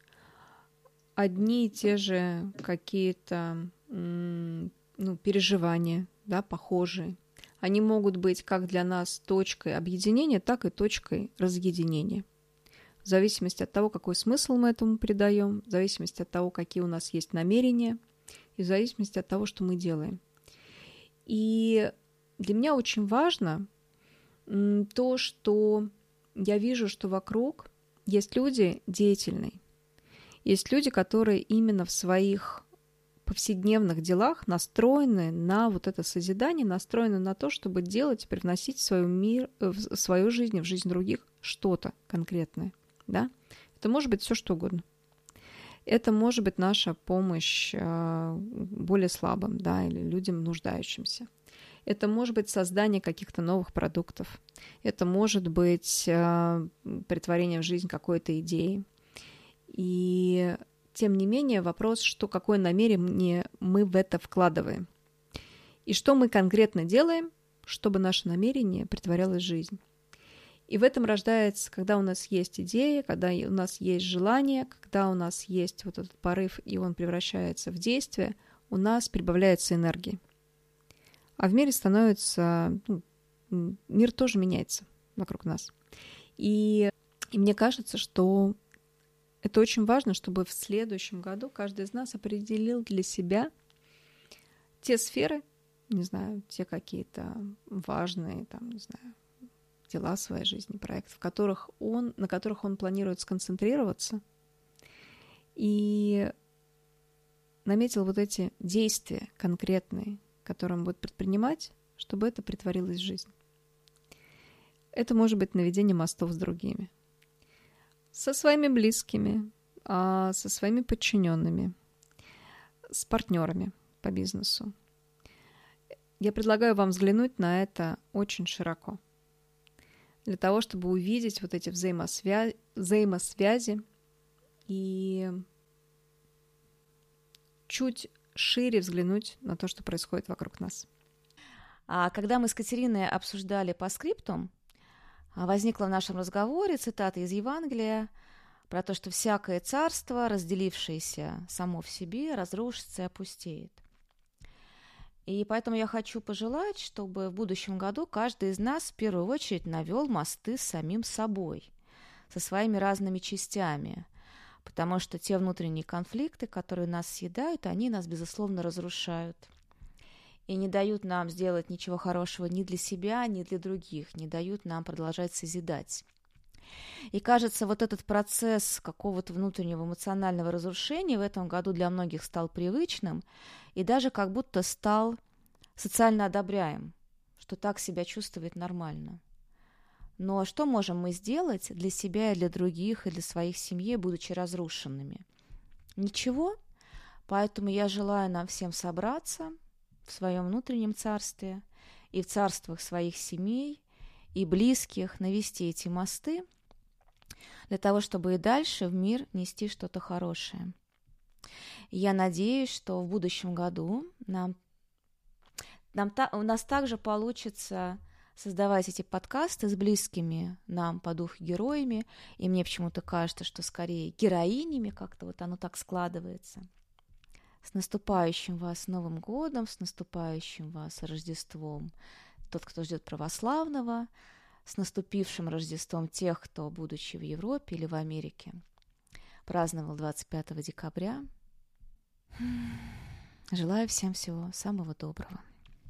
B: одни и те же какие-то ну, переживания, да, похожие. Они могут быть как для нас точкой объединения, так и точкой разъединения. В зависимости от того, какой смысл мы этому придаем, в зависимости от того, какие у нас есть намерения, и в зависимости от того, что мы делаем. И для меня очень важно то, что я вижу, что вокруг есть люди деятельные, есть люди, которые именно в своих повседневных делах настроены на вот это созидание, настроены на то, чтобы делать, привносить в свой мир, в свою жизнь, в жизнь других что-то конкретное. Да? Это может быть все что угодно. Это может быть наша помощь более слабым, да, или людям нуждающимся. Это может быть создание каких-то новых продуктов. Это может быть претворение в жизнь какой-то идеи. И тем не менее вопрос, что какое намерение мы в это вкладываем. И что мы конкретно делаем, чтобы наше намерение претворялось в жизнь. И в этом рождается, когда у нас есть идея, когда у нас есть желание, когда у нас есть вот этот порыв, и он превращается в действие, у нас прибавляется энергии. А в мире становится... Ну, мир тоже меняется вокруг нас. И, и мне кажется, что это очень важно, чтобы в следующем году каждый из нас определил для себя те сферы, не знаю, те какие-то важные, там, не знаю, дела в своей жизни, проекты, в которых он, на которых он планирует сконцентрироваться, и наметил вот эти действия конкретные, которые он будет предпринимать, чтобы это претворилось в жизнь. Это может быть наведение мостов с другими, со своими близкими, со своими подчиненными, с партнерами по бизнесу. Я предлагаю вам взглянуть на это очень широко, для того, чтобы увидеть вот эти взаимосвязи, взаимосвязи и чуть шире взглянуть на то, что происходит вокруг нас.
A: А когда мы с Катериной обсуждали по скриптум, возникла в нашем разговоре цитата из Евангелия про то, что всякое царство, разделившееся само в себе, разрушится и опустеет. И поэтому я хочу пожелать, чтобы в будущем году каждый из нас в первую очередь навел мосты с самим собой, со своими разными частями, потому что те внутренние конфликты, которые нас съедают, они нас, безусловно, разрушают и не дают нам сделать ничего хорошего ни для себя, ни для других, не дают нам продолжать созидать. И кажется, вот этот процесс какого-то внутреннего эмоционального разрушения в этом году для многих стал привычным и даже как будто стал социально одобряем, что так себя чувствовать нормально. Но что можем мы сделать для себя и для других, и для своих семей, будучи разрушенными? Ничего. Поэтому я желаю нам всем собраться в своем внутреннем царстве и в царствах своих семей и близких, навести эти мосты для того, чтобы и дальше в мир нести что-то хорошее. И я надеюсь, что в будущем году нам, нам та, у нас также получится создавать эти подкасты с близкими нам по духу героями, и мне почему-то кажется, что скорее героинями, как-то вот оно так складывается. С наступающим вас Новым годом, с наступающим вас Рождеством, тот, кто ждет православного, с наступившим Рождеством тех, кто, будучи в Европе или в Америке, праздновал двадцать пятого декабря. Желаю всем всего самого доброго.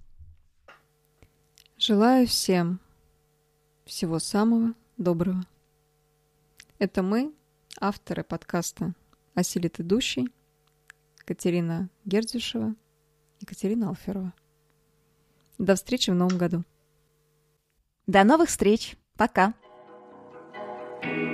B: Желаю всем всего самого доброго. Это мы, авторы подкаста «Осилит идущий», Катерина Гердюшева Екатерина Алферова. До встречи в новом году.
A: До новых встреч. Пока.
E: thank you